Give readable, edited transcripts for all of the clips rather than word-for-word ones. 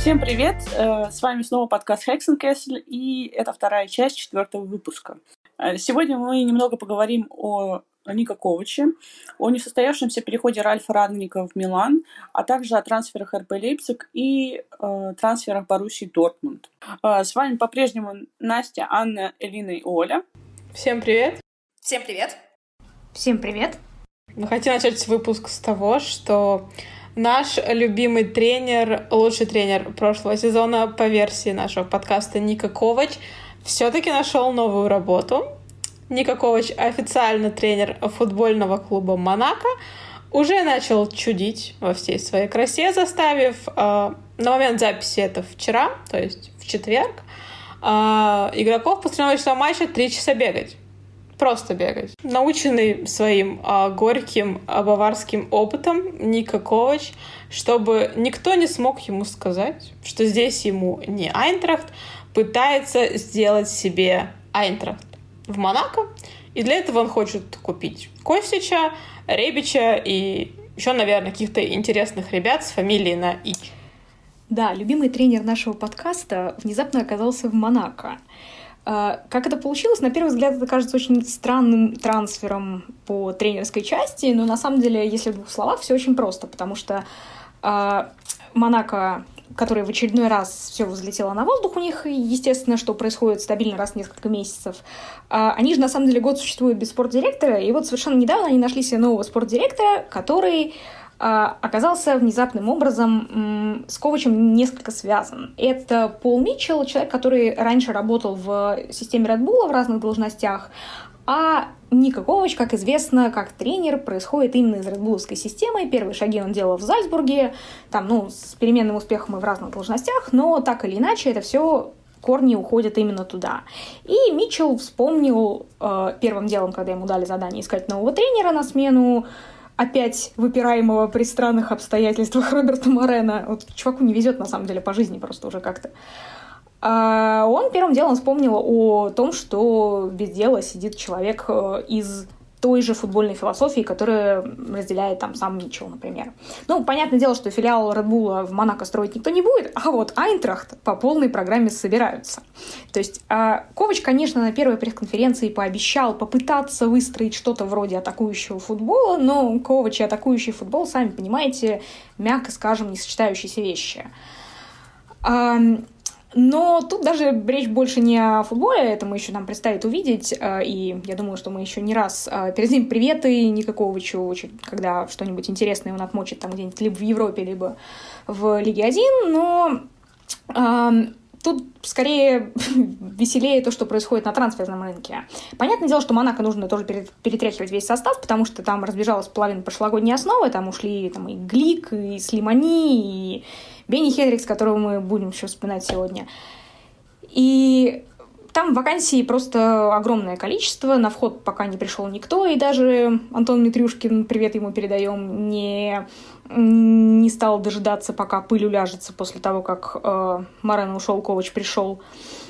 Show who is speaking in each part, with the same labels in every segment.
Speaker 1: Всем привет! С вами снова подкаст Hexenkessel, и это вторая часть 4-го выпуска. Сегодня мы немного поговорим о Нико Коваче, о несостоявшемся переходе Ральфа Рангника в Милан, а также о трансферах РБ Лейпциг и трансферах Боруссии Дортмунд. С вами по-прежнему Настя, Анна, Элина и Оля.
Speaker 2: Всем привет!
Speaker 3: Всем привет!
Speaker 4: Всем привет!
Speaker 2: Мы хотим начать выпуск с того, что наш любимый тренер, лучший тренер прошлого сезона по версии нашего подкаста Нико Ковач все-таки нашел новую работу. Нико Ковач, официально тренер футбольного клуба «Монако», уже начал чудить во всей своей красе, заставив на момент записи, это вчера, то есть в четверг, игроков после тренировочного матча 3 часа бегать. Просто бегать. Наученный своим горьким баварским опытом Нико Ковач, чтобы никто не смог ему сказать, что здесь ему не Айнтрахт, пытается сделать себе Айнтрахт в Монако. И для этого он хочет купить Костича, Ребича и еще, наверное, каких-то интересных ребят с фамилией на «И».
Speaker 4: Да, любимый тренер нашего подкаста внезапно оказался в Монако. Как это получилось? На первый взгляд, это кажется очень странным трансфером по тренерской части, но на самом деле, если в 2 словах, все очень просто, потому что Монако, который в очередной раз все взлетело на воздух у них, естественно, что происходит стабильно раз в несколько месяцев, они же на самом деле год существуют без спортдиректора, и вот совершенно недавно они нашли себе нового спортдиректора, который оказался внезапным образом с Ковачем несколько связан. Это Пол Митчелл, человек, который раньше работал в системе Red Bull в разных должностях, а Нико Ковач, как известно, как тренер, происходит именно из редбуловской системы. Первые шаги он делал в Зальцбурге, там, с переменным успехом и в разных должностях, но так или иначе это все корни уходят именно туда. И Митчелл вспомнил первым делом, когда ему дали задание искать нового тренера на смену опять выпираемого при странных обстоятельствах Роберта Морено. Вот чуваку не везет, на самом деле, по жизни просто уже как-то. Он первым делом вспомнил о том, что без дела сидит человек из той же футбольной философии, которую разделяет там сам Митчелл, например. Ну, понятное дело, что филиал Red Bull в Монако строить никто не будет, а вот Айнтрахт по полной программе собираются. То есть Ковач, конечно, на первой пресс-конференции пообещал попытаться выстроить что-то вроде атакующего футбола, но Ковач и атакующий футбол, сами понимаете, мягко скажем, не сочетающиеся вещи. Но тут даже речь больше не о футболе, это мы еще нам предстоит увидеть, и я думаю, что мы еще не раз передадим приветы Нико Ковачу, когда что-нибудь интересное он отмочит там где-нибудь либо в Европе, либо в Лиге 1, но тут скорее веселее то, что происходит на трансферном рынке. Понятное дело, что Монако нужно тоже перетряхивать весь состав, потому что там разбежалась половина прошлогодней основы, там ушли и Глик, и Слимани, и Бенни Хендрикс, которого мы будем еще вспоминать сегодня. И там вакансий просто огромное количество, на вход пока не пришел никто, и даже Антон Митрюшкин, привет ему передаем, не стал дожидаться, пока пыль уляжется после того, как Морено ушел, Ковач пришел.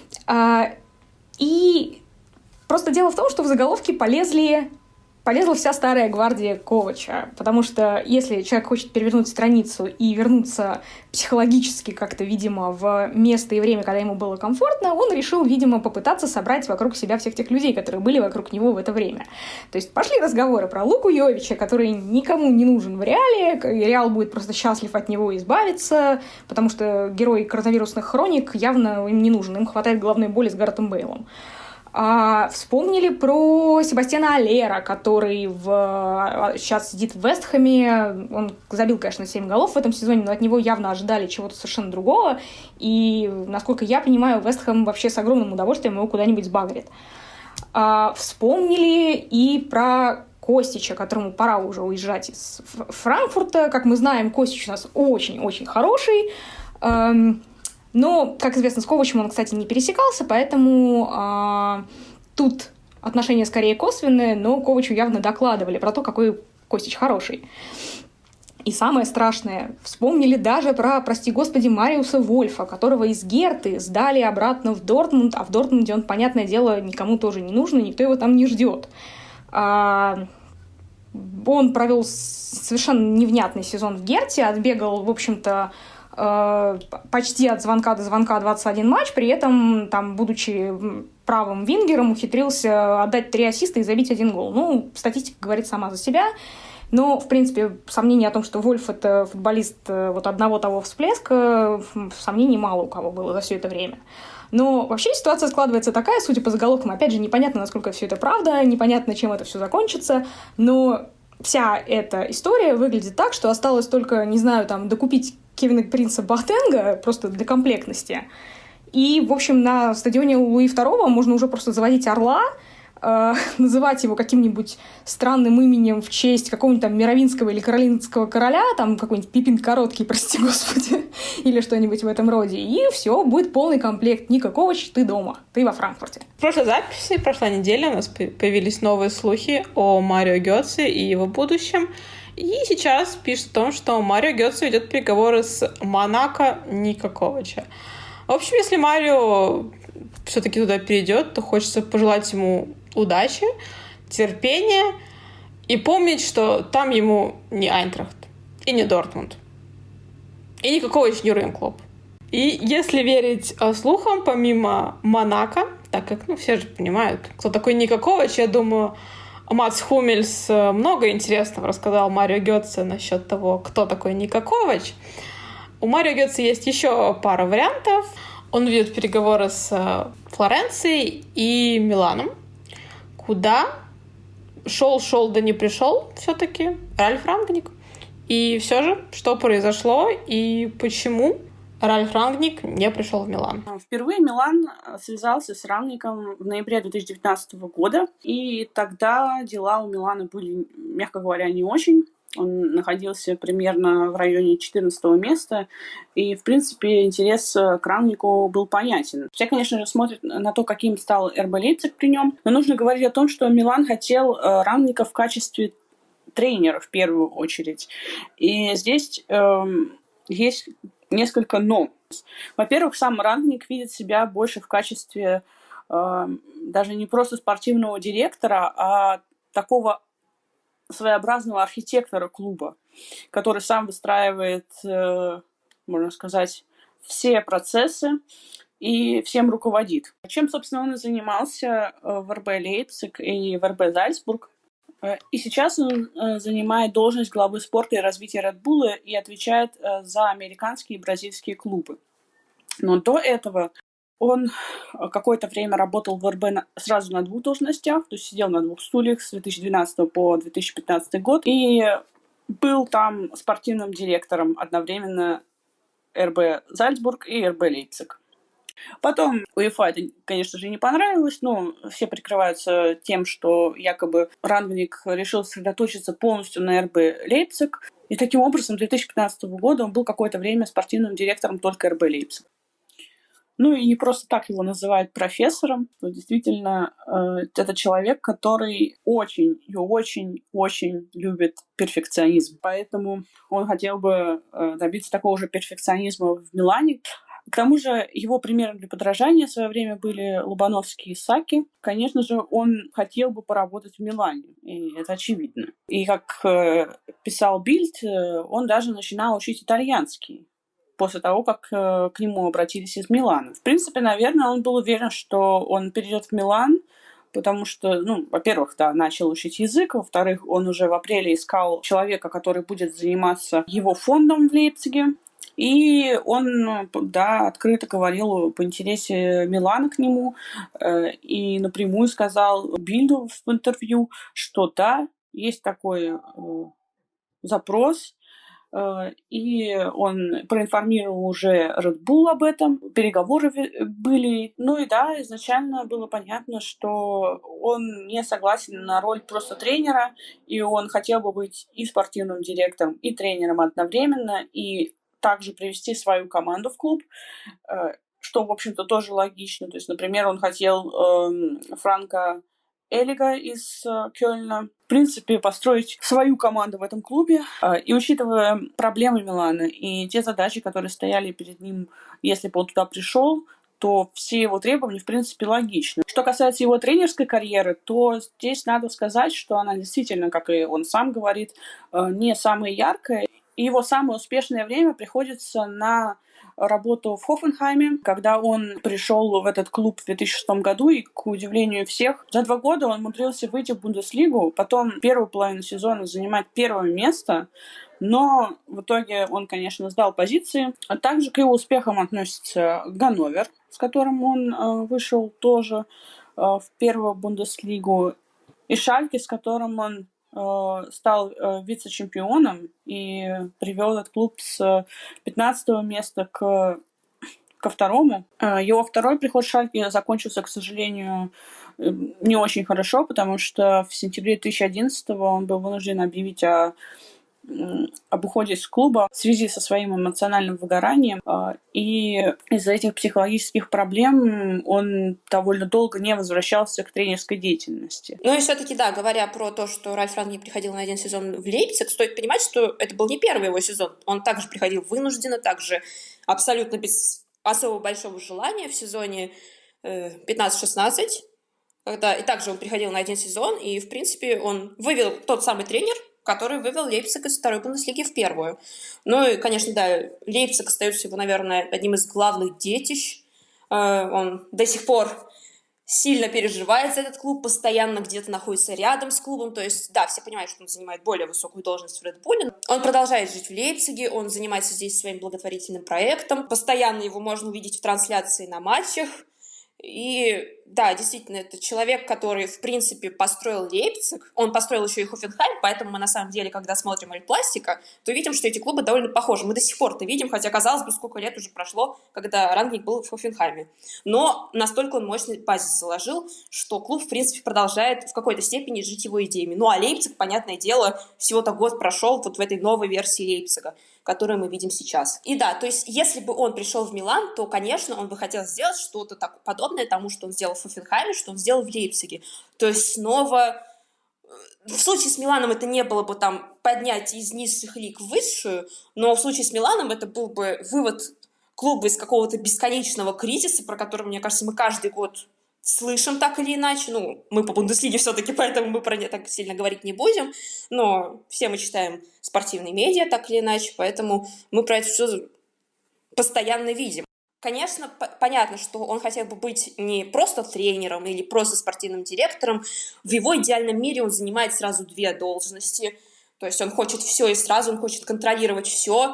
Speaker 4: И просто дело в том, что в заголовки полезла вся старая гвардия Ковача, потому что если человек хочет перевернуть страницу и вернуться психологически как-то, видимо, в место и время, когда ему было комфортно, он решил, видимо, попытаться собрать вокруг себя всех тех людей, которые были вокруг него в это время. То есть пошли разговоры про Луку Йовича, который никому не нужен в Реале, и Реал будет просто счастлив от него избавиться, потому что герой коронавирусных хроник явно им не нужен, им хватает головной боли с Гарретом Бейлом. Вспомнили про Себастьяна Аллера, который сейчас сидит в Вестхэме. Он забил, конечно, 7 голов в этом сезоне, но от него явно ожидали чего-то совершенно другого. И, насколько я понимаю, Вестхэм вообще с огромным удовольствием его куда-нибудь сбагрит. Вспомнили и про Костича, которому пора уже уезжать из Франкфурта. Как мы знаем, Костич у нас очень-очень хороший. Но, как известно, с Ковачем он, кстати, не пересекался, поэтому тут отношения скорее косвенные, но Ковачу явно докладывали про то, какой Костич хороший. И самое страшное, вспомнили даже про, прости господи, Мариуса Вольфа, которого из Герты сдали обратно в Дортмунд, а в Дортмунде он, понятное дело, никому тоже не нужен, никто его там не ждет. Он провел совершенно невнятный сезон в Герте, отбегал, в общем-то, почти от звонка до звонка 21 матч, при этом, там, будучи правым вингером, ухитрился отдать 3 ассиста и забить 1 гол. Ну, статистика говорит сама за себя. Но, в принципе, сомнений о том, что Вольф — это футболист вот одного того всплеска, сомнений мало у кого было за все это время. Но вообще ситуация складывается такая, судя по заголовкам, опять же, непонятно, насколько все это правда, непонятно, чем это все закончится, но вся эта история выглядит так, что осталось только, не знаю, там, докупить Кевина Принца Боатенга просто для комплектности. И, в общем, на стадионе Луи II можно уже просто заводить орла, называть его каким-нибудь странным именем в честь какого-нибудь там Меровинского или Каролинского короля, там какой-нибудь Пипин Короткий, прости господи, или что-нибудь в этом роде. И все, будет полный комплект. Ника Ковач, ты дома, ты во Франкфурте.
Speaker 2: В прошлой записи, прошла неделя, у нас появились новые слухи о Марио Гётце и его будущем. И сейчас пишут о том, что Марио Гётце ведет переговоры с Монако Ника Ковача. В общем, если Марио все-таки туда перейдет, то хочется пожелать ему удачи, терпения и помнить, что там ему не Айнтрахт и не Дортмунд. И никакого еще не Юрген Клопп. И если верить слухам, помимо Монако, так как, все же понимают, кто такой Ника Ковач, я думаю, Мац Хумельс много интересного рассказал Марио Гётце насчет того, кто такой Ника Ковач. У Марио Гётце есть еще пара вариантов. Он ведет переговоры с Флоренцией и Миланом, куда шел, да не пришел все-таки Ральф Рангник. И все же, что произошло и почему Ральф Рангник не пришел в Милан?
Speaker 1: Впервые Милан связался с Рангником в ноябре 2019 года, и тогда дела у Милана были, мягко говоря, не очень. Он находился примерно в районе 14-го места, и, в принципе, интерес к Рангнику был понятен. Все, конечно же, смотрят на то, каким стал РБ Лейпциг при нем, но нужно говорить о том, что Милан хотел Рангника в качестве тренера в первую очередь. И здесь есть несколько «но». Во-первых, сам Рангник видит себя больше в качестве даже не просто спортивного директора, а такого своеобразного архитектора клуба, который сам выстраивает, можно сказать, все процессы и всем руководит. Чем, собственно, он и занимался в РБ Лейпциг и в РБ Зальцбург. И сейчас он занимает должность главы спорта и развития Red Bull и отвечает за американские и бразильские клубы. Но до этого он какое-то время работал в РБ сразу на 2 должностях, то есть сидел на 2 стульях с 2012 по 2015 год и был там спортивным директором одновременно РБ Зальцбург и РБ Лейпциг. Потом УЕФА это, конечно же, не понравилось, но все прикрываются тем, что якобы Рангник решил сосредоточиться полностью на РБ Лейпциг, и таким образом с 2015 года он был какое-то время спортивным директором только РБ Лейпциг. Ну и не просто так его называют профессором, но действительно это человек, который очень и очень любит перфекционизм. Поэтому он хотел бы добиться такого же перфекционизма в Милане. К тому же его примером для подражания в свое время были Лобановский и Саки. Конечно же, он хотел бы поработать в Милане, и это очевидно. И как писал Бильд, он даже начинал учить итальянский после того, как к нему обратились из Милана. В принципе, наверное, он был уверен, что он перейдет в Милан, потому что, во-первых, да, начал учить язык, во-вторых, он уже в апреле искал человека, который будет заниматься его фондом в Лейпциге, и он, да, открыто говорил об интересе Милана к нему и напрямую сказал Бильду в интервью, что да, есть такой запрос, и он проинформировал уже Red Bull об этом, переговоры были. Ну и да, изначально было понятно, что он не согласен на роль просто тренера, и он хотел бы быть и спортивным директором, и тренером одновременно, и также привести свою команду в клуб, что, в общем-то, тоже логично. То есть, например, он хотел Франка Элига из Кёльна, в принципе, построить свою команду в этом клубе. И учитывая проблемы Милана и те задачи, которые стояли перед ним, если бы он туда пришел, то все его требования, в принципе, логичны. Что касается его тренерской карьеры, то здесь надо сказать, что она действительно, как и он сам говорит, не самая яркая. И его самое успешное время приходится на работу в Хофенхайме, когда он пришел в этот клуб в 2006 году, и, к удивлению всех, за 2 года он умудрился выйти в Бундеслигу, потом первую половину сезона занимать первое место, но в итоге он, конечно, сдал позиции. А также к его успехам относится Ганновер, с которым он вышел тоже в первую Бундеслигу, и Шальке, с которым он стал вице-чемпионом и привел этот клуб с 15 места ко второму. Его второй приход в Шальке закончился, к сожалению, не очень хорошо, потому что в сентябре 2011 он был вынужден объявить об уходе из клуба в связи со своим эмоциональным выгоранием. И из-за этих психологических проблем он довольно долго не возвращался к тренерской деятельности.
Speaker 3: Ну и все-таки, да, говоря про то, что Ральф Рангник приходил на 1 сезон в Лейпциг, стоит понимать, что это был не первый его сезон. Он также приходил вынужденно, также абсолютно без особо большого желания в сезоне 15-16, когда и также он приходил на 1 сезон, и, в принципе, он вывел тот самый тренер, который вывел Лейпциг из второй Бундеслиги в первую. Ну и, конечно, да, Лейпциг остается его, наверное, одним из главных детищ. Он до сих пор сильно переживает за этот клуб, постоянно где-то находится рядом с клубом. То есть, да, все понимают, что он занимает более высокую должность в Ред Булле. Он продолжает жить в Лейпциге, он занимается здесь своим благотворительным проектом. Постоянно его можно увидеть в трансляции на матчах. И да, действительно, это человек, который, в принципе, построил Лейпциг. Он построил еще и Хофенхайм, поэтому мы, на самом деле, когда смотрим Эль Классико, то видим, что эти клубы довольно похожи. Мы до сих пор это видим, хотя, казалось бы, сколько лет уже прошло, когда Рангник был в Хофенхайме. Но настолько он мощный базис заложил, что клуб, в принципе, продолжает в какой-то степени жить его идеями. Ну, а Лейпциг, понятное дело, всего-то год прошел вот в этой новой версии Лейпцига, которую мы видим сейчас. И да, то есть, если бы он пришел в Милан, то, конечно, он бы хотел сделать что-то подобное тому, что он сделал в Хофенхайме, что он сделал в Лейпциге. То есть снова... В случае с Миланом это не было бы там поднятие из низших лиг в высшую, но в случае с Миланом это был бы вывод клуба из какого-то бесконечного кризиса, про который, мне кажется, мы каждый год слышим так или иначе. Ну, мы по Бундеслиге все-таки, поэтому мы про это так сильно говорить не будем, но все мы читаем спортивные медиа так или иначе, поэтому мы про это все постоянно видим. Конечно, понятно, что он хотел бы быть не просто тренером или просто спортивным директором. В его идеальном мире он занимает сразу 2 должности. То есть он хочет все и сразу, он хочет контролировать все.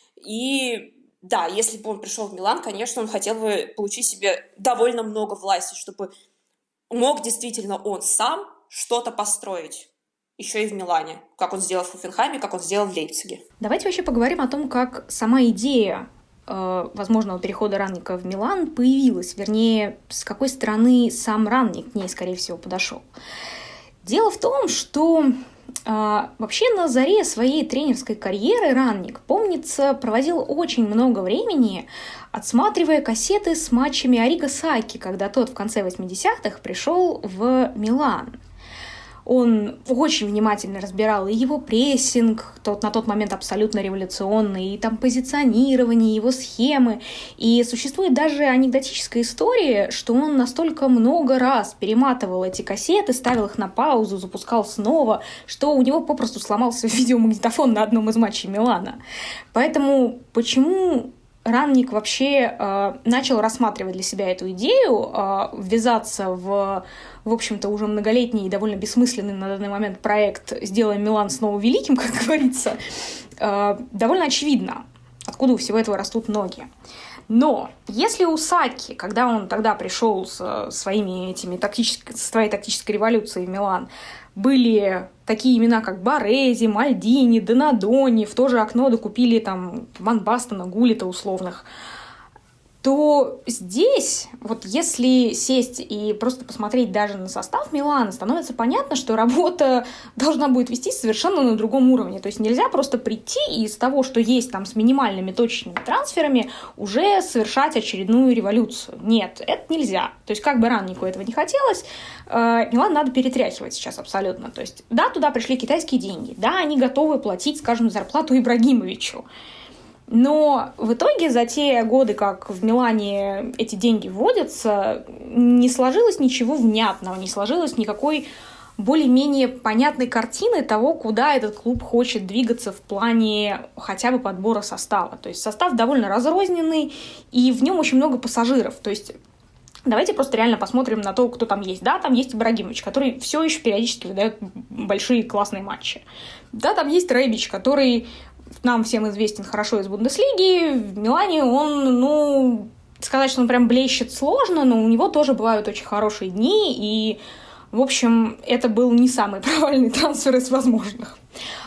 Speaker 3: И да, если бы он пришел в Милан, конечно, он хотел бы получить себе довольно много власти, чтобы мог действительно он сам что-то построить. Еще и в Милане, как он сделал в Хофенхайме, как он сделал в Лейпциге.
Speaker 4: Давайте вообще поговорим о том, как сама идея возможного перехода Рангника в Милан появилась, вернее, с какой стороны сам Рангник к ней, скорее всего, подошел. Дело в том, что вообще на заре своей тренерской карьеры Рангник, помнится, проводил очень много времени, отсматривая кассеты с матчами Арриго Саки, когда тот в конце 80-х пришел в Милан. Он очень внимательно разбирал и его прессинг, на тот момент абсолютно революционный, и там позиционирование, его схемы. И существует даже анекдотическая история, что он настолько много раз перематывал эти кассеты, ставил их на паузу, запускал снова, что у него попросту сломался видеомагнитофон на одном из матчей Милана. Поэтому почему Рангник вообще начал рассматривать для себя эту идею, ввязаться в общем-то, уже многолетний и довольно бессмысленный на данный момент проект «Сделаем Милан снова великим», как говорится, довольно очевидно, откуда у всего этого растут ноги. Но если у Саки, когда он тогда пришел со своей тактической революцией в Милан, были такие имена, как Барези, Мальдини, Донадони, в то же окно докупили там Ван Бастена, Гулита условных, то здесь, вот если сесть и просто посмотреть даже на состав Милана, становится понятно, что работа должна будет вестись совершенно на другом уровне. То есть нельзя просто прийти и из того, что есть там с минимальными точечными трансферами, уже совершать очередную революцию. Нет, это нельзя. То есть как бы Рангнику этого не хотелось, Милан надо перетряхивать сейчас абсолютно. То есть да, туда пришли китайские деньги, да, они готовы платить, скажем, зарплату Ибрагимовичу. Но в итоге за те годы, как в Милане эти деньги вводятся, не сложилось ничего внятного, не сложилось никакой более-менее понятной картины того, куда этот клуб хочет двигаться в плане хотя бы подбора состава. То есть состав довольно разрозненный, и в нем очень много пассажиров. То есть давайте просто реально посмотрим на то, кто там есть. Да, там есть Ибрагимович, который все еще периодически выдает большие классные матчи. Да, там есть Ребич, который нам всем известен хорошо из Бундеслиги. В Милане он, сказать, что он прям блещет сложно, но у него тоже бывают очень хорошие дни, и, в общем, это был не самый провальный трансфер из возможных.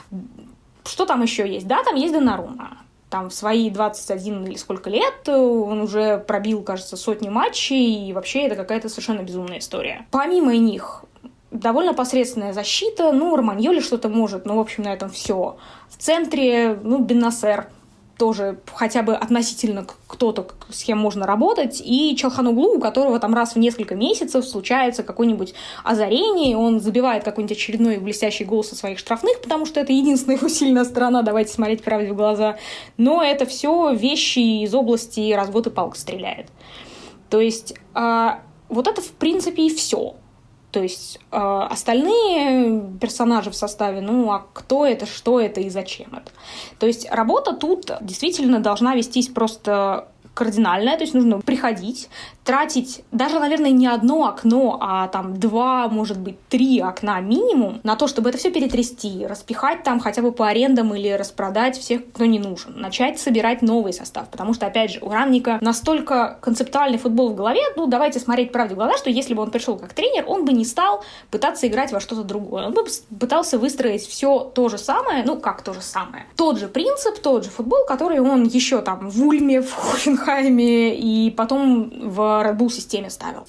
Speaker 4: Что там еще есть? Да, там есть Донарума. Там в свои 21 или сколько лет он уже пробил, кажется, сотни матчей, и вообще это какая-то совершенно безумная история. Помимо них, довольно посредственная защита, Романьоли что-то может, в общем, на этом все. В центре, Беннасер, тоже хотя бы относительно кто-то, с кем можно работать, и Чалханоглу, у которого там раз в несколько месяцев случается какое-нибудь озарение, он забивает какой-нибудь очередной блестящий гол со своих штрафных, потому что это единственная его сильная сторона, давайте смотреть правде в глаза, но это все вещи из области «раз в год и палка стреляет». То есть вот это, в принципе, и все. То есть остальные персонажи в составе, а кто это, что это и зачем это. То есть работа тут действительно должна вестись просто кардинальная, то есть нужно приходить, тратить даже, наверное, не одно окно, а там 2, может быть, 3 окна минимум на то, чтобы это все перетрясти, распихать там хотя бы по арендам или распродать всех, кто не нужен, начать собирать новый состав, потому что, опять же, у Рангника настолько концептуальный футбол в голове, давайте смотреть правде в глаза, что если бы он пришел как тренер, он бы не стал пытаться играть во что-то другое, он бы пытался выстроить все то же самое, как то же самое. Тот же принцип, тот же футбол, который он еще там в Ульме, в Хофенхайме и потом в Red Bull системе ставил.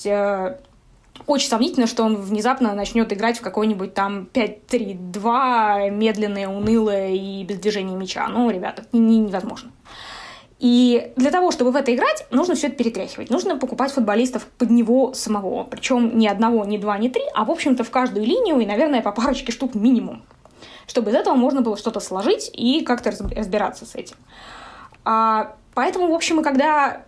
Speaker 4: Очень сомнительно, что он внезапно начнет играть в какой-нибудь там 5-3-2, медленное, унылое и без движения мяча. Ребята, невозможно. И для того, чтобы в это играть, нужно все это перетряхивать. Нужно покупать футболистов под него самого. Причем ни одного, ни два, ни три, а, в общем-то, в каждую линию и, наверное, по парочке штук минимум. Чтобы из этого можно было что-то сложить и как-то разбираться с этим. Поэтому, в общем, и когда,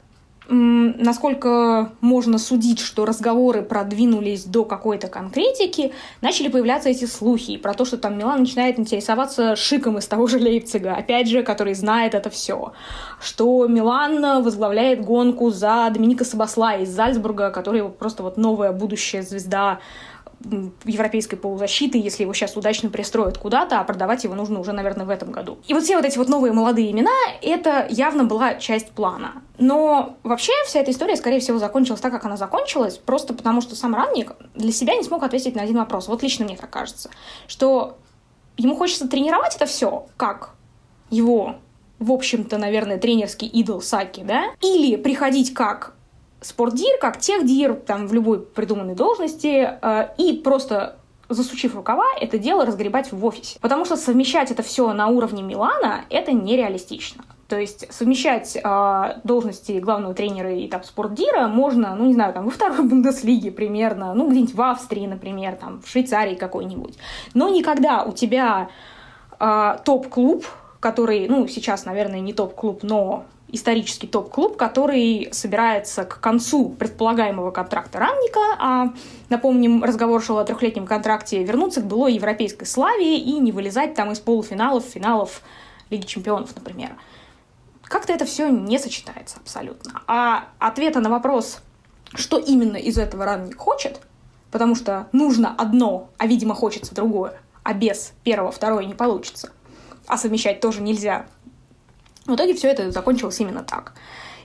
Speaker 4: насколько можно судить, что разговоры продвинулись до какой-то конкретики, начали появляться эти слухи про то, что там Милан начинает интересоваться Шиком из того же Лейпцига, опять же, который знает это все, что Милан возглавляет гонку за Доминика Сабослая из Зальцбурга, который просто новая будущая звезда европейской полузащиты, если его сейчас удачно пристроят куда-то, а продавать его нужно уже, наверное, в этом году. И все эти новые молодые имена, это явно была часть плана. Но вообще вся эта история, скорее всего, закончилась так, как она закончилась, просто потому что сам Рангник для себя не смог ответить на один вопрос. Вот лично мне так кажется, что ему хочется тренировать это все, как его, в общем-то, наверное, тренерский идол Саки, да? Или приходить как спортдир, как техдир, там, в любой придуманной должности, и просто, засучив рукава, это дело разгребать в офисе. Потому что совмещать это все на уровне Милана, это нереалистично. То есть совмещать должности главного тренера и там спортдира можно, во второй Бундеслиге примерно, где-нибудь в Австрии, например, там, в Швейцарии какой-нибудь. Но никогда у тебя топ-клуб, который, сейчас, наверное, не топ-клуб, но исторический топ-клуб, который собирается к концу предполагаемого контракта Рангника, а, напомним, разговор шел о 3-летнем контракте, вернуться к былой европейской славе и не вылезать там из полуфиналов, финалов Лиги Чемпионов, например. Как-то это все не сочетается абсолютно. А ответа на вопрос, что именно из этого Рангник хочет, потому что нужно одно, а, видимо, хочется другое, а без первого, второе не получится, а совмещать тоже нельзя. В итоге все это закончилось именно так.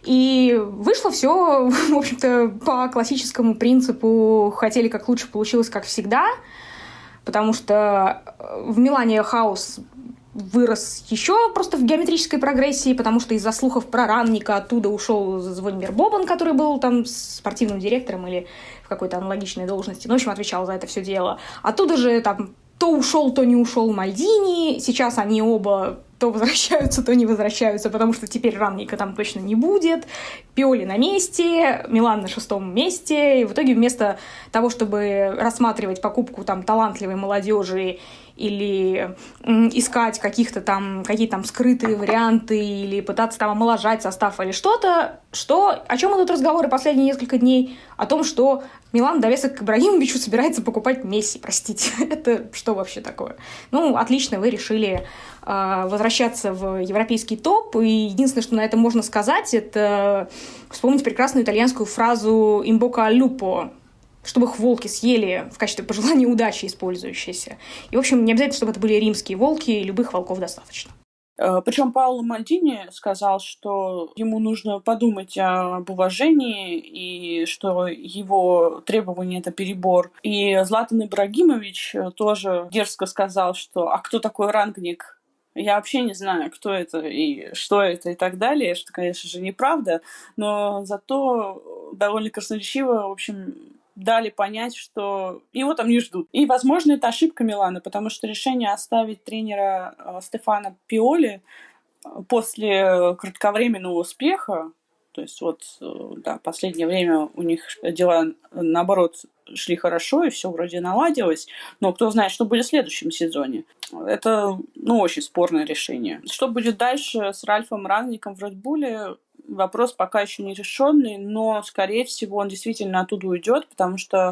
Speaker 4: И вышло все, в общем-то, по классическому принципу «хотели как лучше, получилось как всегда», потому что в Милане хаос вырос еще просто в геометрической прогрессии, потому что из-за слухов про Рангника оттуда ушел Звонимир Бобан, который был там спортивным директором или в какой-то аналогичной должности, в общем, отвечал за это все дело. Оттуда же там то ушел, то не ушел Мальдини. Сейчас они оба то возвращаются, то не возвращаются, потому что теперь Рангника там точно не будет. Пиоли на месте, Милан на 6-м месте. И в итоге вместо того, чтобы рассматривать покупку там талантливой молодежи или искать какие-то там скрытые варианты, или пытаться там омоложать состав или что-то, о чем идут разговоры последние несколько дней? О том, что Милан довесок к Ибрагимовичу собирается покупать Месси, простите. Это что вообще такое? Ну, отлично, вы решили возвращаться в европейский топ, и единственное, что на это можно сказать, это вспомнить прекрасную итальянскую фразу «in bocca al lupo», чтобы их волки съели в качестве пожелания удачи использующиеся. И, в общем, не обязательно, чтобы это были римские волки, любых волков достаточно.
Speaker 1: Причем Паоло Мальдини сказал, что ему нужно подумать об уважении и что его требования — это перебор. И Златан Ибрагимович тоже дерзко сказал, что «а кто такой Рангник? Я вообще не знаю, кто это и что это и так далее», что, конечно же, неправда, но зато довольно красноречиво, в общем, дали понять, что его там не ждут. И, возможно, это ошибка Милана, потому что решение оставить тренера Стефано Пиоли после кратковременного успеха, то есть вот, да, последнее время у них дела, наоборот, шли хорошо, и все вроде наладилось, но кто знает, что будет в следующем сезоне. Это, очень спорное решение. Что будет дальше с Ральфом Рангником в Ред Булле? Вопрос пока еще не решенный, но, скорее всего, он действительно оттуда уйдет, потому что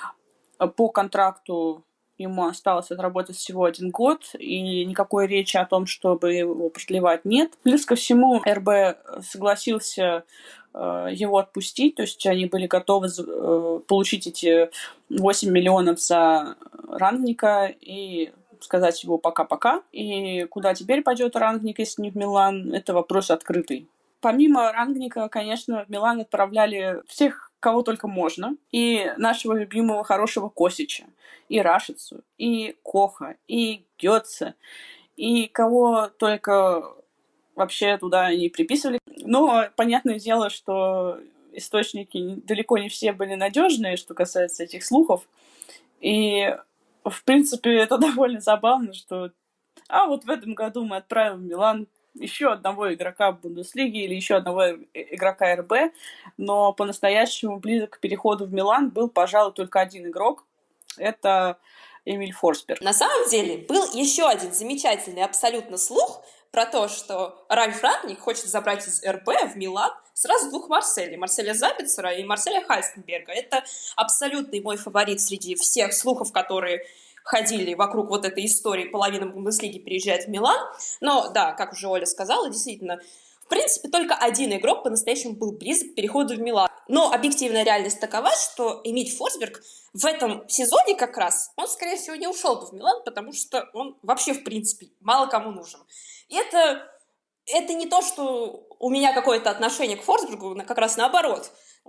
Speaker 1: по контракту ему осталось отработать всего 1 год, и никакой речи о том, чтобы его продлевать, нет. Плюс ко всему, РБ согласился его отпустить, то есть они были готовы получить эти 8 миллионов за Рангника и сказать его пока-пока. И куда теперь пойдет Рангник, если не в Милан, это вопрос открытый. Помимо Рангника, конечно, в Милан отправляли всех, кого только можно. И нашего любимого хорошего Косича, и Рашицу, и Коха, и Гётце, и кого только вообще туда не приписывали. Но понятное дело, что источники далеко не все были надежные, что касается этих слухов. И, в принципе, это довольно забавно, что вот в этом году мы отправим в Милан еще одного игрока в Бундеслиге или еще одного игрока РБ, но по-настоящему близок к переходу в Милан был, пожалуй, только один игрок. Это Эмиль Форсберг.
Speaker 3: На самом деле был еще один замечательный абсолютно слух про то, что Ральф Рангник хочет забрать из РБ в Милан сразу 2 Марселей. Марселя Забицера и Марселя Хайстенберга. Это абсолютный мой фаворит среди всех слухов, которые ходили вокруг вот этой истории, половина Бундеслиги переезжает в Милан. Но да, как уже Оля сказала, действительно, в принципе, только один игрок по-настоящему был близок к переходу в Милан. Но объективная реальность такова, что Эмиль Форсберг в этом сезоне как раз, он, скорее всего, не ушел бы в Милан, потому что он вообще, в принципе, мало кому нужен. И это не то, что у меня какое-то отношение к Форсбергу, как раз наоборот.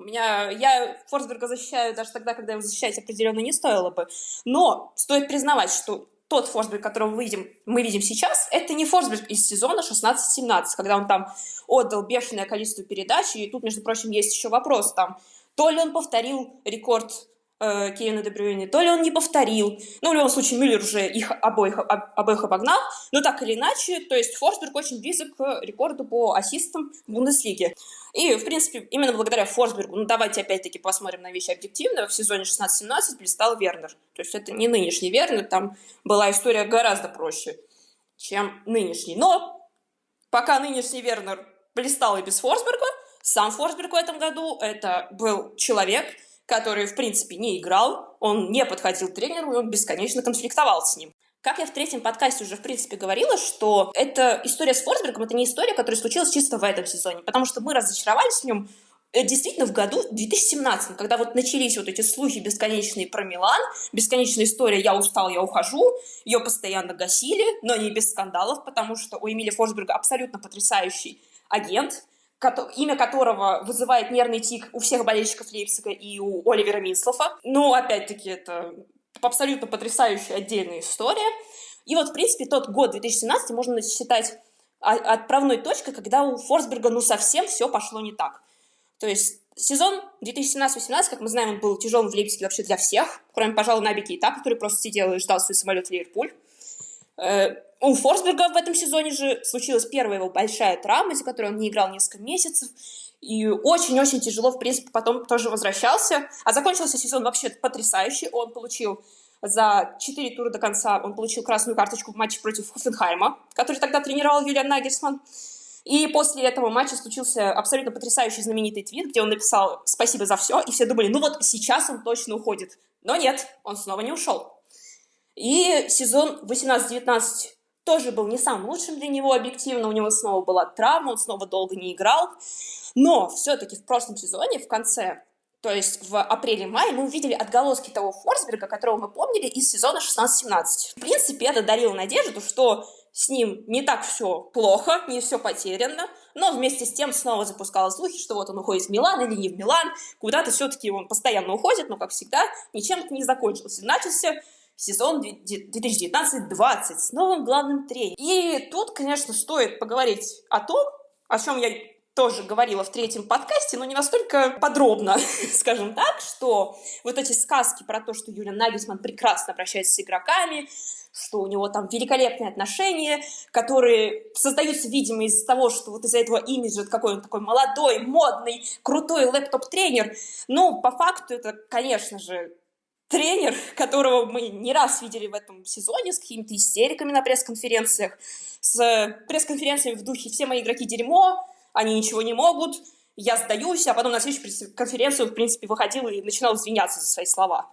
Speaker 3: Я Форсберга защищаю даже тогда, когда его защищать определенно не стоило бы. Но стоит признавать, что тот Форсберг, которого мы видим сейчас, это не Форсберг из сезона 16-17, когда он там отдал бешеное количество передач, и тут, между прочим, есть еще вопрос там, то ли он повторил рекорд Кевина Де Брюйне, то ли он не повторил. В любом случае, Мюллер уже их обоих обогнал, но так или иначе, то есть Форсберг очень близок к рекорду по ассистам в Бундеслиге. И, в принципе, именно благодаря Форсбергу, давайте опять-таки посмотрим на вещи объективно, в сезоне 16-17 блистал Вернер. То есть это не нынешний Вернер, там была история гораздо проще, чем нынешний. Но пока нынешний Вернер блистал и без Форсберга, сам Форсберг в этом году это был человек, который, в принципе, не играл, он не подходил к тренеру, и он бесконечно конфликтовал с ним. Как я в 3-м подкасте уже, в принципе, говорила, что эта история с Форсбергом, это не история, которая случилась чисто в этом сезоне, потому что мы разочаровались в нем действительно в году 2017, когда вот начались вот эти слухи бесконечные про Милан, бесконечная история «я устал, я ухожу», ее постоянно гасили, но не без скандалов, потому что у Эмиля Форсберга абсолютно потрясающий агент, имя которого вызывает нервный тик у всех болельщиков Лейпцига и у Оливера Минслофа. Но, опять-таки, это абсолютно потрясающая отдельная история. И вот, в принципе, тот год 2017 можно считать отправной точкой, когда у Форсберга совсем все пошло не так. То есть сезон 2017-18, как мы знаем, он был тяжелым в Лейпциге вообще для всех, кроме, пожалуй, Наби Кейта, который просто сидел и ждал свой самолет в Ливерпуль. У Форсберга в этом сезоне же случилась первая его большая травма, из-за которой он не играл несколько месяцев, и очень-очень тяжело, в принципе, потом тоже возвращался. А закончился сезон вообще потрясающий. Он получил за 4 тура до конца, он получил красную карточку в матче против Хофенхайма, который тогда тренировал Юлиан Нагельсман. И после этого матча случился абсолютно потрясающий знаменитый твит, где он написал «Спасибо за все», и все думали, ну вот сейчас он точно уходит. Но нет, он снова не ушел. И сезон 18-19 тоже был не самым лучшим для него объективно, у него снова была травма, он снова долго не играл. Но все-таки в прошлом сезоне, в конце, то есть в апреле-мае, мы увидели отголоски того Форсберга, которого мы помнили из сезона 16-17. В принципе, это дарило надежду, что с ним не так все плохо, не все потеряно, но вместе с тем снова запускала слухи, что вот он уходит в Милан или не в Милан, куда-то все-таки он постоянно уходит, но, как всегда, ничем это не закончился. Начался сезон 2019-20 с новым главным тренером. И тут, конечно, стоит поговорить о том, о чем я тоже говорила в 3-м подкасте, но не настолько подробно, скажем так, что вот эти сказки про то, что Юлиан Нагельсман прекрасно обращается с игроками, что у него там великолепные отношения, которые создаются, видимо, из-за того, что вот из-за этого имиджа какой он такой молодой, модный, крутой лэптоп-тренер. Ну, по факту это, конечно же, тренер, которого мы не раз видели в этом сезоне с какими-то истериками на пресс-конференциях, с пресс-конференциями в духе «все мои игроки дерьмо», они ничего не могут, я сдаюсь, а потом на следующую пресс-конференцию, в принципе, выходил и начинал извиняться за свои слова.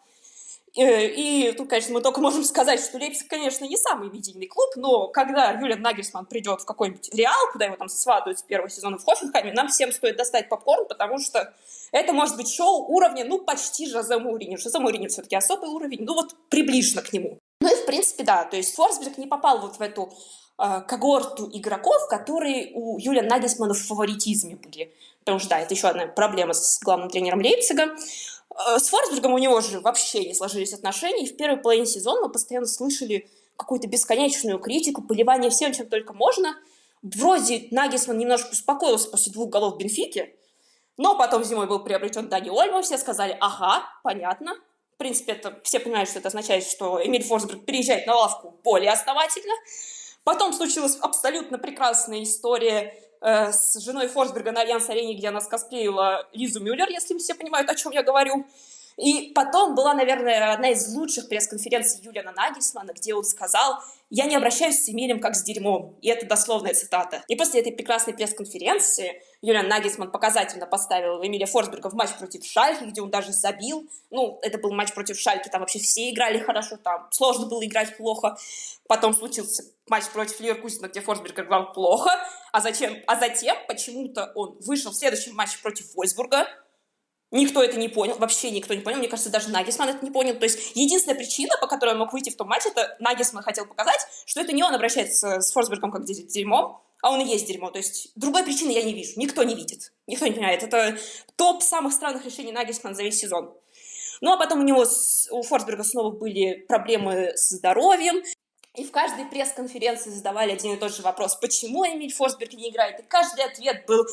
Speaker 3: И тут, конечно, мы только можем сказать, что Лейпциг, конечно, не самый медийный клуб, но когда Юлиан Нагельсман придет в какой-нибудь Реал, куда его там сватают с первого сезона в Хофенхайме, нам всем стоит достать попкорн, потому что это может быть шоу уровня, ну, почти Жозе Моуриньо. Жозе Моуриньо все-таки особый уровень, ну, вот приближенно к нему. Ну и, в принципе, да, то есть Форсберг не попал вот в эту когорту игроков, которые у Юлиана Нагельсмана в фаворитизме были. Потому что, да, это еще одна проблема с главным тренером Лейпцига. С Форсбергом у него же вообще не сложились отношения, и в первой половине сезона мы постоянно слышали какую-то бесконечную критику, поливание всем, чем только можно. Вроде Нагельсман немножко успокоился после 2 голов Бенфики, но потом зимой был приобретен Дани Ольмо, все сказали, ага, понятно. В принципе, это, все понимают, что это означает, что Эмиль Форсберг переезжает на лавку более основательно. Потом случилась абсолютно прекрасная история с женой Форсберга на Альянс-арене, где она скосплеила Лизу Мюллер, если все понимают, о чем я говорю. И потом была, наверное, одна из лучших пресс-конференций Юлиана Нагельсмана, где он сказал: «Я не обращаюсь с Эмилем как с дерьмом». И это дословная цитата. И после этой прекрасной пресс-конференции Юлиан Нагельсман показательно поставил Эмиля Форсберга в матч против Шальки, где он даже забил. Ну, это был матч против Шальки, там вообще все играли хорошо, там сложно было играть плохо. Потом случился матч против Ливеркузена, где Форсберг играл плохо, а затем почему-то он вышел в следующем матче против Вольсбурга. Никто это не понял, вообще никто не понял. Мне кажется, даже Нагельсман это не понял. То есть единственная причина, по которой он мог выйти в том матче, это Нагельсман хотел показать, что это не он обращается с Форсбергом как дерьмом, а он и есть дерьмо. То есть другой причины я не вижу. Никто не видит. Никто не понимает. Это топ самых странных решений Нагельсмана за весь сезон. Ну, а потом у Форсберга снова были проблемы с здоровьем. И в каждой пресс-конференции задавали один и тот же вопрос: почему Эмиль Форсберг не играет? И каждый ответ был,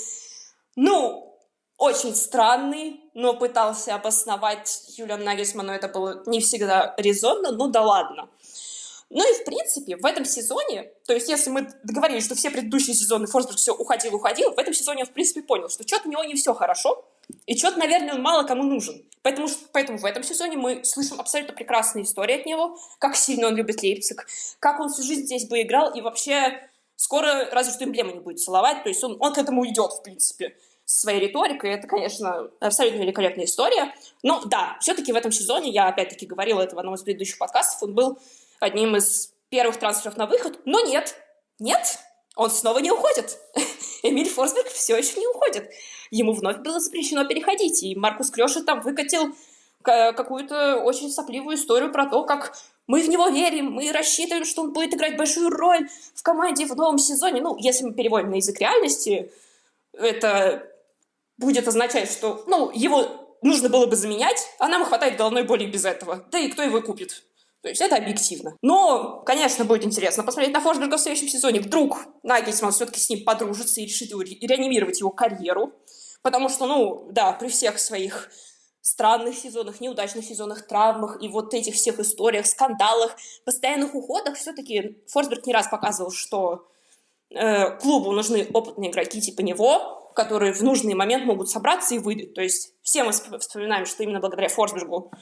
Speaker 3: очень странный, но пытался обосновать Юлиан Нагельсман, но это было не всегда резонно, да ладно. Ну и в принципе в этом сезоне, то есть если мы договорились, что все предыдущие сезоны Форсберг все уходил, в этом сезоне он в принципе понял, что что-то у него не все хорошо, и что-то, наверное, он мало кому нужен. Поэтому в этом сезоне мы слышим абсолютно прекрасные истории от него, как сильно он любит Лейпциг, как он всю жизнь здесь бы играл, и вообще скоро разве что эмблему не будет целовать, то есть он к этому идет, в принципе, со своей риторикой. Это, конечно, абсолютно великолепная история. Но да, все-таки в этом сезоне, я опять-таки говорила это в одном из предыдущих подкастов, он был одним из первых трансферов на выход, но нет, он снова не уходит. Эмиль Форсберг все еще не уходит. Ему вновь было запрещено переходить, и Маркус Крёше там выкатил какую-то очень сопливую историю про то, как мы в него верим, мы рассчитываем, что он будет играть большую роль в команде в новом сезоне. Если мы переводим на язык реальности, это будет означать, что его нужно было бы заменять, а нам хватает головной боли без этого. Да и кто его купит? То есть это объективно. Но, конечно, будет интересно посмотреть на Форсберга в следующем сезоне. Вдруг Нагельсман все-таки с ним подружится и решит реанимировать его карьеру. Потому что, при всех своих странных сезонах, неудачных сезонах, травмах и вот этих всех историях, скандалах, постоянных уходах все-таки Форсберг не раз показывал, что клубу нужны опытные игроки типа него, которые в нужный момент могут собраться и выйдут. То есть все мы вспоминаем, что именно благодаря Форсбергу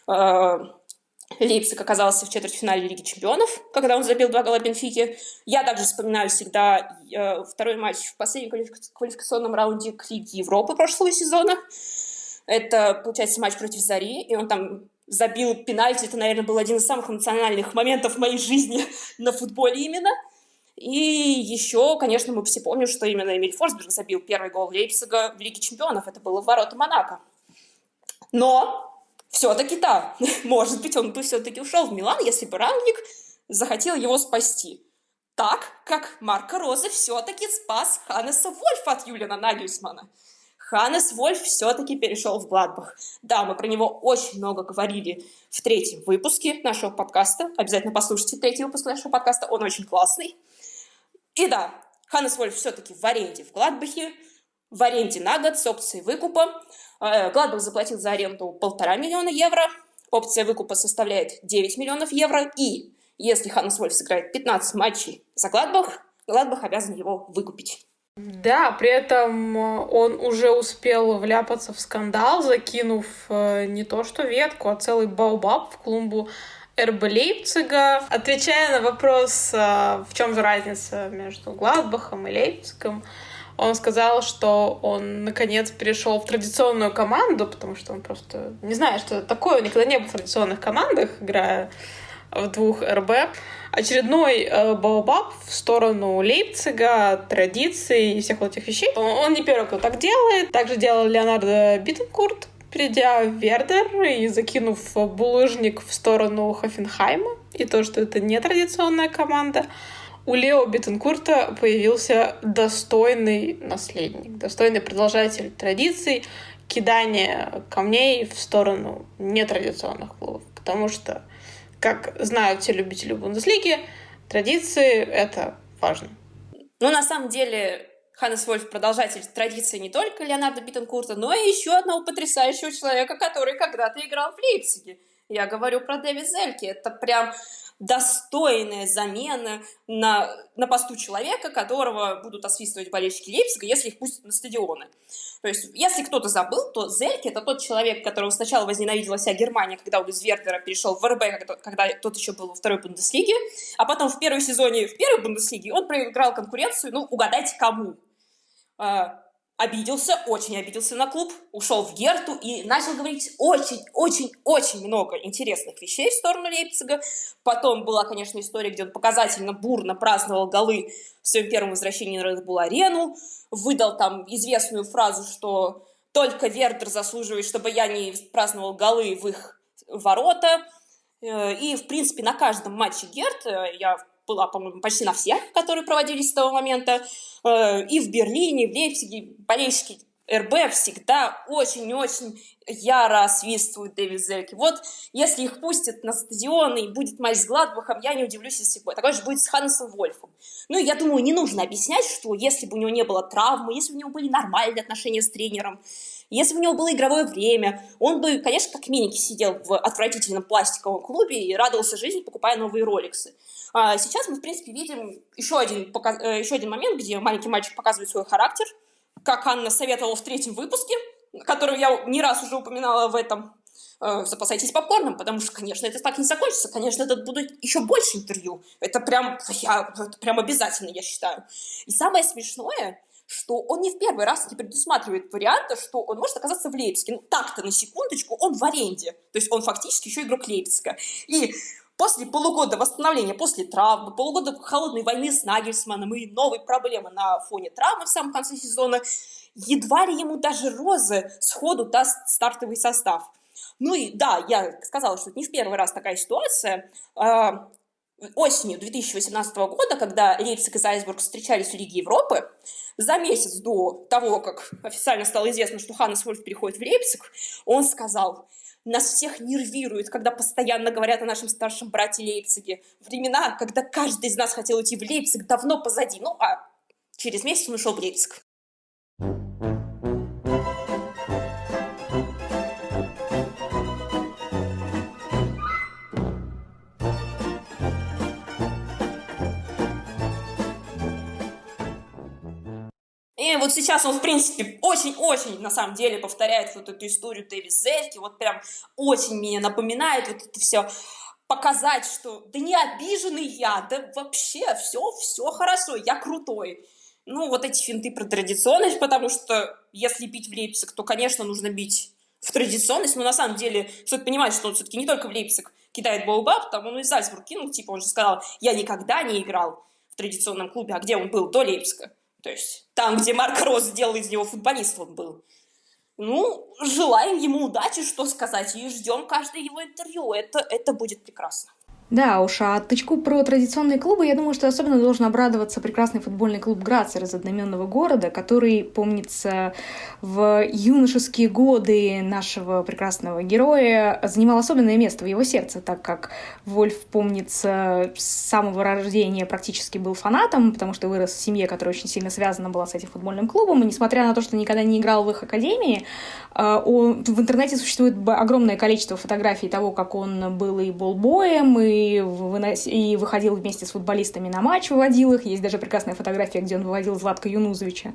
Speaker 3: Лейпциг оказался в четвертьфинале Лиги Чемпионов, когда он забил 2 гола Бенфике. Я также вспоминаю всегда второй матч в последнем квалификационном раунде к Лиге Европы прошлого сезона. Это, получается, матч против Зари, и он там забил пенальти. Это, наверное, был один из самых эмоциональных моментов в моей жизни на футболе именно. И еще, конечно, мы все помним, что именно Эмиль Форсберг забил первый гол Лейпцига в Лиге Чемпионов. Это было в ворота Монако. Но все-таки, да, может быть, он бы все-таки ушел в Милан, если бы Рангник захотел его спасти. Так, как Марко Розе все-таки спас Ханнеса Вольфа от Юлиана Нагельсмана. Ханнес Вольф все-таки перешел в Гладбах. Да, мы про него очень много говорили в 3-м выпуске нашего подкаста. Обязательно послушайте 3-й выпуск нашего подкаста, он очень классный. И да, Ханнес Вольф все-таки в аренде в Гладбахе, в аренде на год с опцией выкупа. Гладбах заплатил за аренду 1,5 миллиона евро, опция выкупа составляет 9 миллионов евро, и если Ханнес Вольф сыграет 15 матчей за Гладбах, Гладбах обязан его выкупить.
Speaker 2: Да, при этом он уже успел вляпаться в скандал, закинув не то что ветку, а целый баобаб в клумбу РБ Лейпцига. Отвечая на вопрос, в чем же разница между Гладбахом и Лейпцигом, он сказал, что он, наконец, перешел в традиционную команду, потому что он просто не знает, что это такое. Он никогда не был в традиционных командах, играя в 2 РБ. Очередной баобаб в сторону Лейпцига, традиций и всех вот этих вещей. Он не первый, кто так делает. Также делал Леонардо Биттенкурт, перейдя в Вердер и закинув булыжник в сторону Хофенхайма. И то, что это не традиционная команда. У Лео Биттенкурта появился достойный наследник, достойный продолжатель традиций, кидание камней в сторону нетрадиционных клубов. Потому что, как знают все любители Бундеслиги, традиции — это важно.
Speaker 3: Ну, на самом деле, Ханнес Вольф — продолжатель традиции не только Леонардо Биттенкурта, но и еще одного потрясающего человека, который когда-то играл в Лейпциге. Я говорю про Дэвид Зельке. Это прям достойная замена на посту человека, которого будут освистывать болельщики Лейпцига, если их пустят на стадионы. То есть, если кто-то забыл, то Зельке — это тот человек, которого сначала возненавидела вся Германия, когда он из Вердера перешел в РБ, когда тот еще был во второй Бундеслиге, а потом в первом сезоне в первой Бундеслиге он проиграл конкуренцию, ну, угадайте, кому? Обиделся, очень обиделся на клуб, ушел в Герту и начал говорить очень-очень-очень много интересных вещей в сторону Лейпцига. Потом была, конечно, история, где он показательно, бурно праздновал голы в своем первом возвращении на Red Bull Арену, выдал там известную фразу, что только Вердер заслуживает, чтобы я не праздновал голы в их ворота. И, в принципе, на каждом матче Герта я была, по-моему, почти на всех, которые проводились с того момента. И в Берлине, в Лейпциге болельщики РБ всегда очень-очень яро освистывают Дэвид Зельке. Вот если их пустят на стадион и будет матч с Гладбахом, я не удивлюсь, если такой же будет с Ханнесом Вольфом. Ну, я думаю, не нужно объяснять, что если бы у него не было травмы, если бы у него были нормальные отношения с тренером, если бы у него было игровое время, он бы, конечно, как Миники сидел в отвратительном пластиковом клубе и радовался жизни, покупая новые роликсы. А сейчас мы, в принципе, видим еще один момент, где маленький мальчик показывает свой характер, как Анна советовала в 3-м выпуске, который я не раз уже упоминала в этом. Запасайтесь попкорном, потому что, конечно, это так не закончится. Конечно, это будут еще больше интервью. Это прям обязательно, я считаю. И самое смешное, что он не в первый раз не предусматривает варианта, что он может оказаться в Лейпциге. Ну, так-то, на секундочку, он в аренде. То есть он фактически еще игрок Лейпцига. И после полугода восстановления, после травмы, полугода холодной войны с Нагельсманом и новой проблемы на фоне травмы в самом конце сезона, едва ли ему даже Розе сходу даст стартовый состав. Ну и да, я сказала, что это не в первый раз такая ситуация. Осенью 2018 года, когда Лейпциг и Зальцбург встречались в Лиге Европы, за месяц до того, как официально стало известно, что Ханнес Вольф переходит в Лейпциг, он сказал: нас всех нервирует, когда постоянно говорят о нашем старшем брате Лейпциге. Времена, когда каждый из нас хотел идти в Лейпциг, давно позади. Ну, а через месяц он ушел в Лейпциг. И вот сейчас он, в принципе, очень-очень, на самом деле, повторяет вот эту историю Дэви Зельки, вот прям очень меня напоминает вот это все, показать, что да не обиженный я, да вообще все хорошо, я крутой. Ну, вот эти финты про традиционность, потому что если бить в Лейпциг, то, конечно, нужно бить в традиционность, но на самом деле стоит понимать, что он все-таки не только в Лейпциг кидает Боубаб, там он и Зальцбург кинул, типа он же сказал, я никогда не играл в традиционном клубе, а где он был до Лейпцига? То есть там, где Марк Роз сделал из него футболиста, он был. Ну, желаем ему удачи, что сказать, и ждем каждое его интервью, это будет прекрасно.
Speaker 4: Да уж, а тычку про традиционные клубы, я думаю, что особенно должен обрадоваться прекрасный футбольный клуб «Грацер» из одноименного города, который, помнится, в юношеские годы нашего прекрасного героя занимал особенное место в его сердце, так как Вольф, помнится, с самого рождения практически был фанатом, потому что вырос в семье, которая очень сильно связана была с этим футбольным клубом, и несмотря на то, что никогда не играл в их академии, в интернете существует огромное количество фотографий того, как он был и болбоем, и выходил вместе с футболистами на матч, выводил их. Есть даже прекрасная фотография, где он выводил Златка Юнузовича.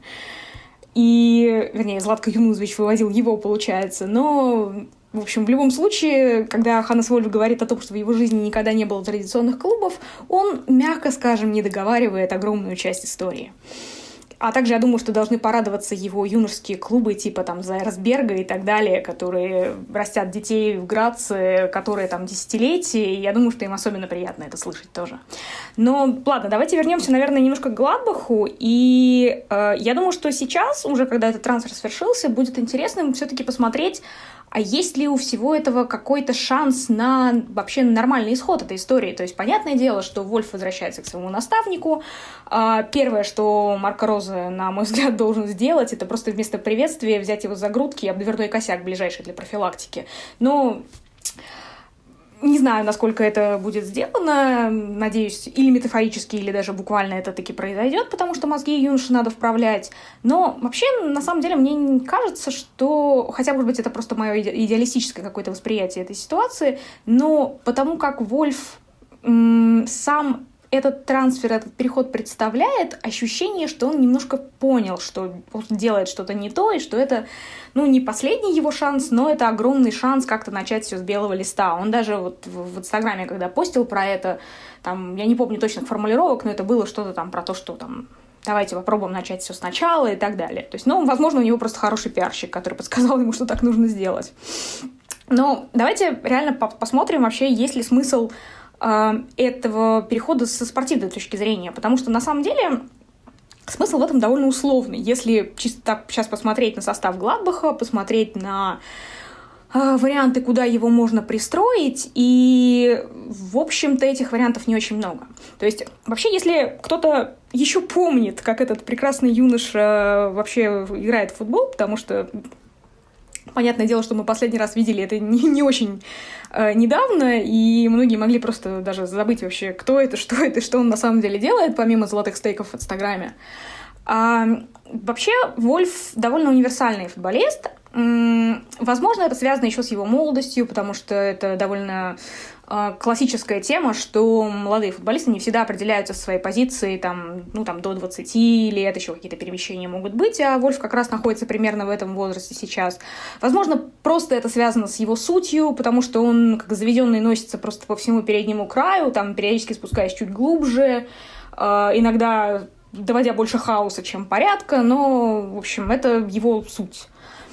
Speaker 4: Вернее, Златко Юнузович выводил его, получается. Но, в общем, в любом случае, когда Ханнес Вольф говорит о том, что в его жизни никогда не было традиционных клубов, он, мягко скажем, не договаривает огромную часть истории. А также я думаю, что должны порадоваться его юношеские клубы типа там Зайерсберга и так далее, которые растят детей в Граце, которые там десятилетия, и я думаю, что им особенно приятно это слышать тоже. Но ладно, давайте вернемся, наверное, немножко к Гладбаху, и я думаю, что сейчас, уже когда этот трансфер свершился, будет интересно все-таки посмотреть, а есть ли у всего этого какой-то шанс на вообще нормальный исход этой истории? То есть, понятное дело, что Вольф возвращается к своему наставнику. Первое, что Марко Розе, на мой взгляд, должен сделать, это просто вместо приветствия взять его за грудки и об дверной косяк ближайший для профилактики. Но не знаю, насколько это будет сделано. Надеюсь, или метафорически, или даже буквально это таки произойдет, потому что мозги юноши надо вправлять. Но вообще, на самом деле, мне кажется, что, хотя, может быть, это просто мое идеалистическое какое-то восприятие этой ситуации, но потому как Вольф сам этот трансфер, этот переход представляет, ощущение, что он немножко понял, что он делает что-то не то, и что это, не последний его шанс, но это огромный шанс как-то начать все с белого листа. Он даже вот в Инстаграме, когда постил про это, там, я не помню точных формулировок, но это было что-то там про то, что там давайте попробуем начать все сначала и так далее. То есть, возможно, у него просто хороший пиарщик, который подсказал ему, что так нужно сделать. Но давайте реально посмотрим вообще, есть ли смысл этого перехода со спортивной точки зрения, потому что на самом деле смысл в этом довольно условный. Если чисто так сейчас посмотреть на состав Гладбаха, посмотреть на варианты, куда его можно пристроить, и, в общем-то, этих вариантов не очень много. То есть, вообще, если кто-то еще помнит, как этот прекрасный юноша вообще играет в футбол, потому что понятное дело, что мы последний раз видели это не очень недавно, и многие могли просто даже забыть вообще, кто это, что он на самом деле делает, помимо золотых стейков в Инстаграме. Вообще, Вольф довольно универсальный футболист. Возможно, это связано еще с его молодостью, потому что это довольно классическая тема, что молодые футболисты не всегда определяются со своей позиции до 20 лет, еще какие-то перемещения могут быть, а Вольф как раз находится примерно в этом возрасте сейчас. Возможно, просто это связано с его сутью, потому что он, как заведенный, носится просто по всему переднему краю, там периодически спускаясь чуть глубже, иногда доводя больше хаоса, чем порядка, но, в общем, это его суть.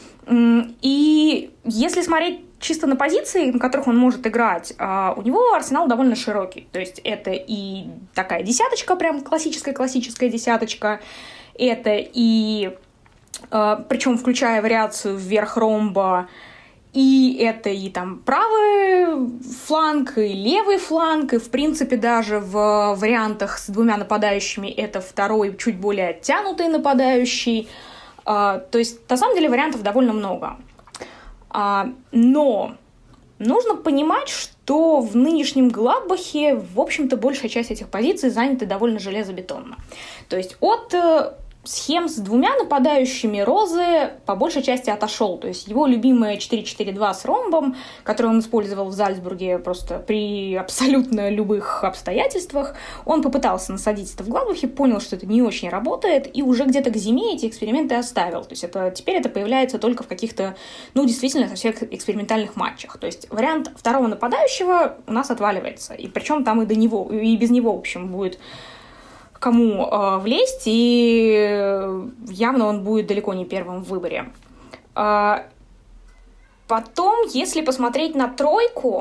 Speaker 4: И если смотреть чисто на позиции, на которых он может играть, у него арсенал довольно широкий. То есть это и такая десяточка, прям классическая десяточка. Это и, причем включая вариацию вверх ромба, и это и там правый фланг, и левый фланг, и в принципе даже в вариантах с двумя нападающими это второй, чуть более оттянутый нападающий. То есть, на самом деле, вариантов довольно много. Но нужно понимать, что в нынешнем Гладбахе, в общем-то, большая часть этих позиций заняты довольно железобетонно. То есть от схем с двумя нападающими Розе по большей части отошел. То есть его любимое 4-4-2 с ромбом, которое он использовал в Зальцбурге просто при абсолютно любых обстоятельствах, он попытался насадить это в Гладбахе, понял, что это не очень работает, и уже где-то к зиме эти эксперименты оставил. То есть теперь это появляется только в каких-то, действительно, совсем экспериментальных матчах. То есть вариант второго нападающего у нас отваливается. И причем там и до него, и без него, в общем, будет кому влезть, и явно он будет далеко не первым в выборе. Потом, если посмотреть на тройку,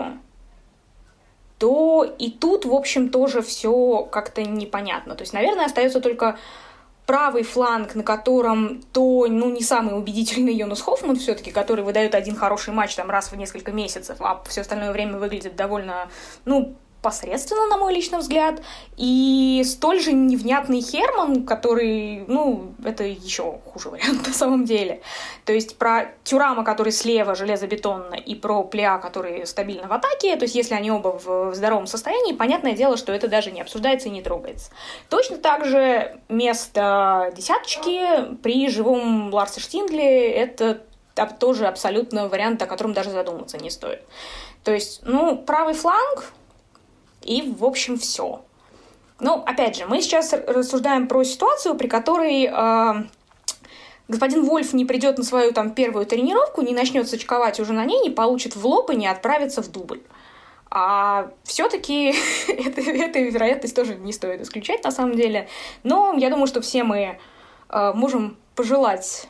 Speaker 4: то и тут, в общем, тоже все как-то непонятно. То есть, наверное, остается только правый фланг, на котором не самый убедительный Йонас Хоффман все-таки, который выдает один хороший матч там раз в несколько месяцев, а все остальное время выглядит довольно, посредственно, на мой личный взгляд, и столь же невнятный Херман, который, это еще хуже вариант на самом деле. То есть про Тюрама, который слева железобетонно, и про Плеа, который стабильно в атаке, то есть если они оба в здоровом состоянии, понятное дело, что это даже не обсуждается и не трогается. Точно так же место десяточки при живом Ларсе Штиндле — это тоже абсолютно вариант, о котором даже задумываться не стоит. То есть, правый фланг. И, в общем, все. Опять же, мы сейчас рассуждаем про ситуацию, при которой господин Вольф не придет на свою первую тренировку, не начнет сочковать уже на ней, не получит в лоб и не отправится в дубль. А все-таки эту вероятность тоже не стоит исключать, на самом деле. Но я думаю, что все мы можем пожелать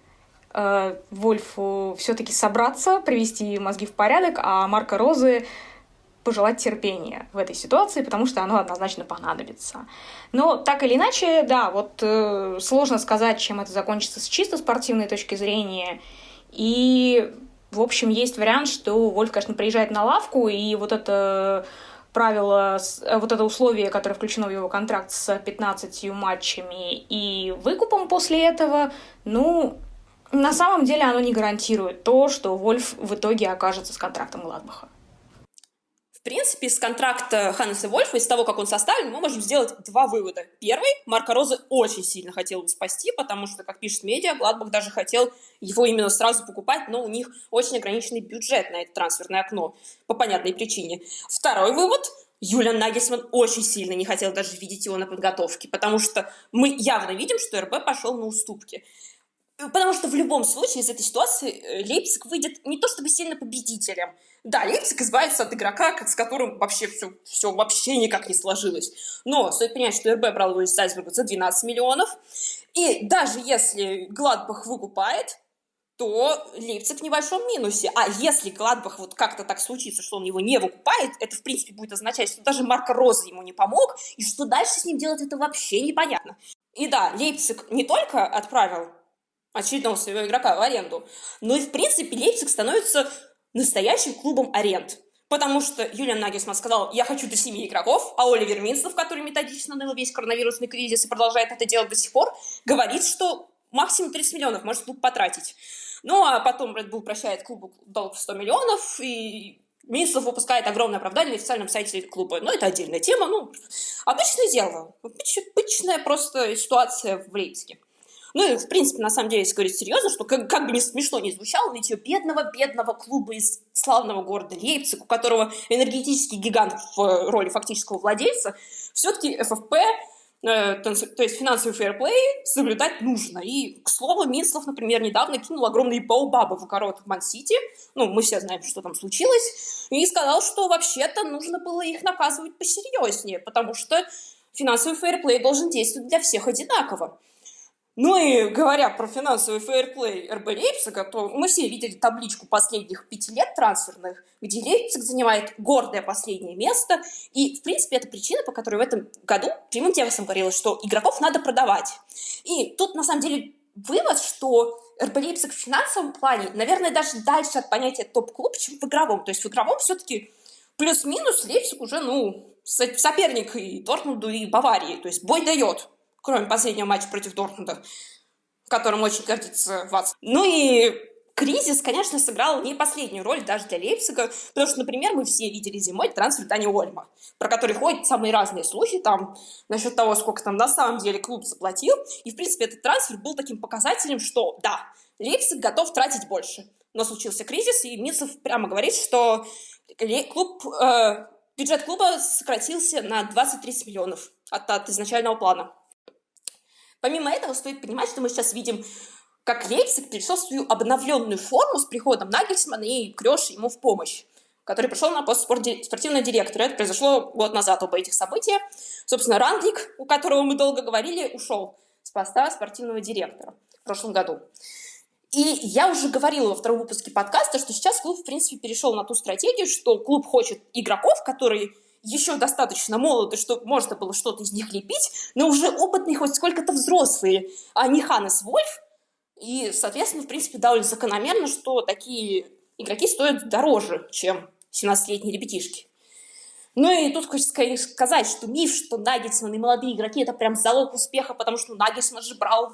Speaker 4: Вольфу все-таки собраться, привести мозги в порядок, а Марко Розе пожелать терпения в этой ситуации, потому что оно однозначно понадобится. Но так или иначе, сложно сказать, чем это закончится с чисто спортивной точки зрения. И, в общем, есть вариант, что Вольф, конечно, приезжает на лавку, и вот это правило, вот это условие, которое включено в его контракт с 15 матчами и выкупом после этого, на самом деле оно не гарантирует то, что Вольф в итоге окажется с контрактом Гладбаха.
Speaker 3: В принципе, из контракта Ханнеса Вольфа, из того, как он составлен, мы можем сделать два вывода. Первый, Марко Розе очень сильно хотел его спасти, потому что, как пишет медиа, Гладбах даже хотел его именно сразу покупать, но у них очень ограниченный бюджет на это трансферное окно, по понятной причине. Второй вывод, Юлиан Нагельсман очень сильно не хотел даже видеть его на подготовке, потому что мы явно видим, что РБ пошел на уступки. Потому что в любом случае из этой ситуации Лейпциг выйдет не то чтобы сильно победителем. Да, Лейпциг избавится от игрока, с которым вообще все вообще никак не сложилось. Но стоит понять, что РБ брал его из Зальцбурга за 12 миллионов. И даже если Гладбах выкупает, то Лейпциг в небольшом минусе. А если Гладбах как-то так случится, что он его не выкупает, это, в принципе, будет означать, что даже Марко Розе ему не помог, и что дальше с ним делать, это вообще непонятно. И да, Лейпциг не только отправил очередного своего игрока в аренду, но и, в принципе, Лейпциг становится настоящим клубом аренд. Потому что Юлиан Нагельсман сказал: я хочу до 7 игроков, а Оливер Минцлов, который методично ныл весь коронавирусный кризис и продолжает это делать до сих пор, говорит, что максимум 30 миллионов может клуб потратить. А потом Red Bull прощает клубу долг в 100 миллионов, и Минцлов выпускает огромное оправдание на официальном сайте клуба. Это отдельная тема, обычное дело. Обычная просто ситуация в Лейпциге. И, в принципе, на самом деле, если говорить серьезно, что как бы не смешно не звучало, нытье бедного клуба из славного города Лейпциг, у которого энергетический гигант в роли фактического владельца, все-таки ФФП, то есть финансовый фейерплей, соблюдать нужно. И, к слову, Минцлов, например, недавно кинул огромные баобабы в ворот в Ман-Сити, мы все знаем, что там случилось, и сказал, что вообще-то нужно было их наказывать посерьезнее, потому что финансовый фейерплей должен действовать для всех одинаково. И говоря про финансовый фейерплей РБ Лейпцига, то мы все видели табличку последних 5 лет трансферных, где Лейпциг занимает гордое последнее место. И, в принципе, это причина, по которой в этом году прямым текстом говорилось, что игроков надо продавать. И тут, на самом деле, вывод, что РБ Лейпциг в финансовом плане, наверное, даже дальше от понятия топ-клуб, чем в игровом. То есть в игровом все-таки плюс-минус Лейпциг уже, соперник и Дортмунду, и Баварии. То есть бой дает. Кроме последнего матча против Дортмунда, которым очень гордится Ватс. И кризис, конечно, сыграл не последнюю роль даже для Лейпцига, потому что, например, мы все видели зимой трансфер Дани Ольма, про который ходят самые разные слухи там насчет того, сколько там на самом деле клуб заплатил. И, в принципе, этот трансфер был таким показателем, что, да, Лейпциг готов тратить больше. Но случился кризис, и Мицев прямо говорит, что бюджет клуба сократился на 20-30 миллионов от изначального плана. Помимо этого, стоит понимать, что мы сейчас видим, как Лейпциг перешел в свою обновленную форму с приходом Нагельсмана и Крёша ему в помощь, который пришел на пост спортивного директора. Это произошло год назад, оба этих события. Собственно, Ранглик, у которого мы долго говорили, ушел с поста спортивного директора в прошлом году. И я уже говорила во втором выпуске подкаста, что сейчас клуб, в принципе, перешел на ту стратегию, что клуб хочет игроков, которые еще достаточно молоды, чтобы можно было что-то из них лепить, но уже опытные, хоть сколько-то взрослые, а не Ханнес Вольф. И, соответственно, в принципе, довольно закономерно, что такие игроки стоят дороже, чем 17-летние ребятишки. Ну и тут хочется сказать, что миф, что Нагельсман и молодые игроки — это прям залог успеха, потому что Нагельсман же брал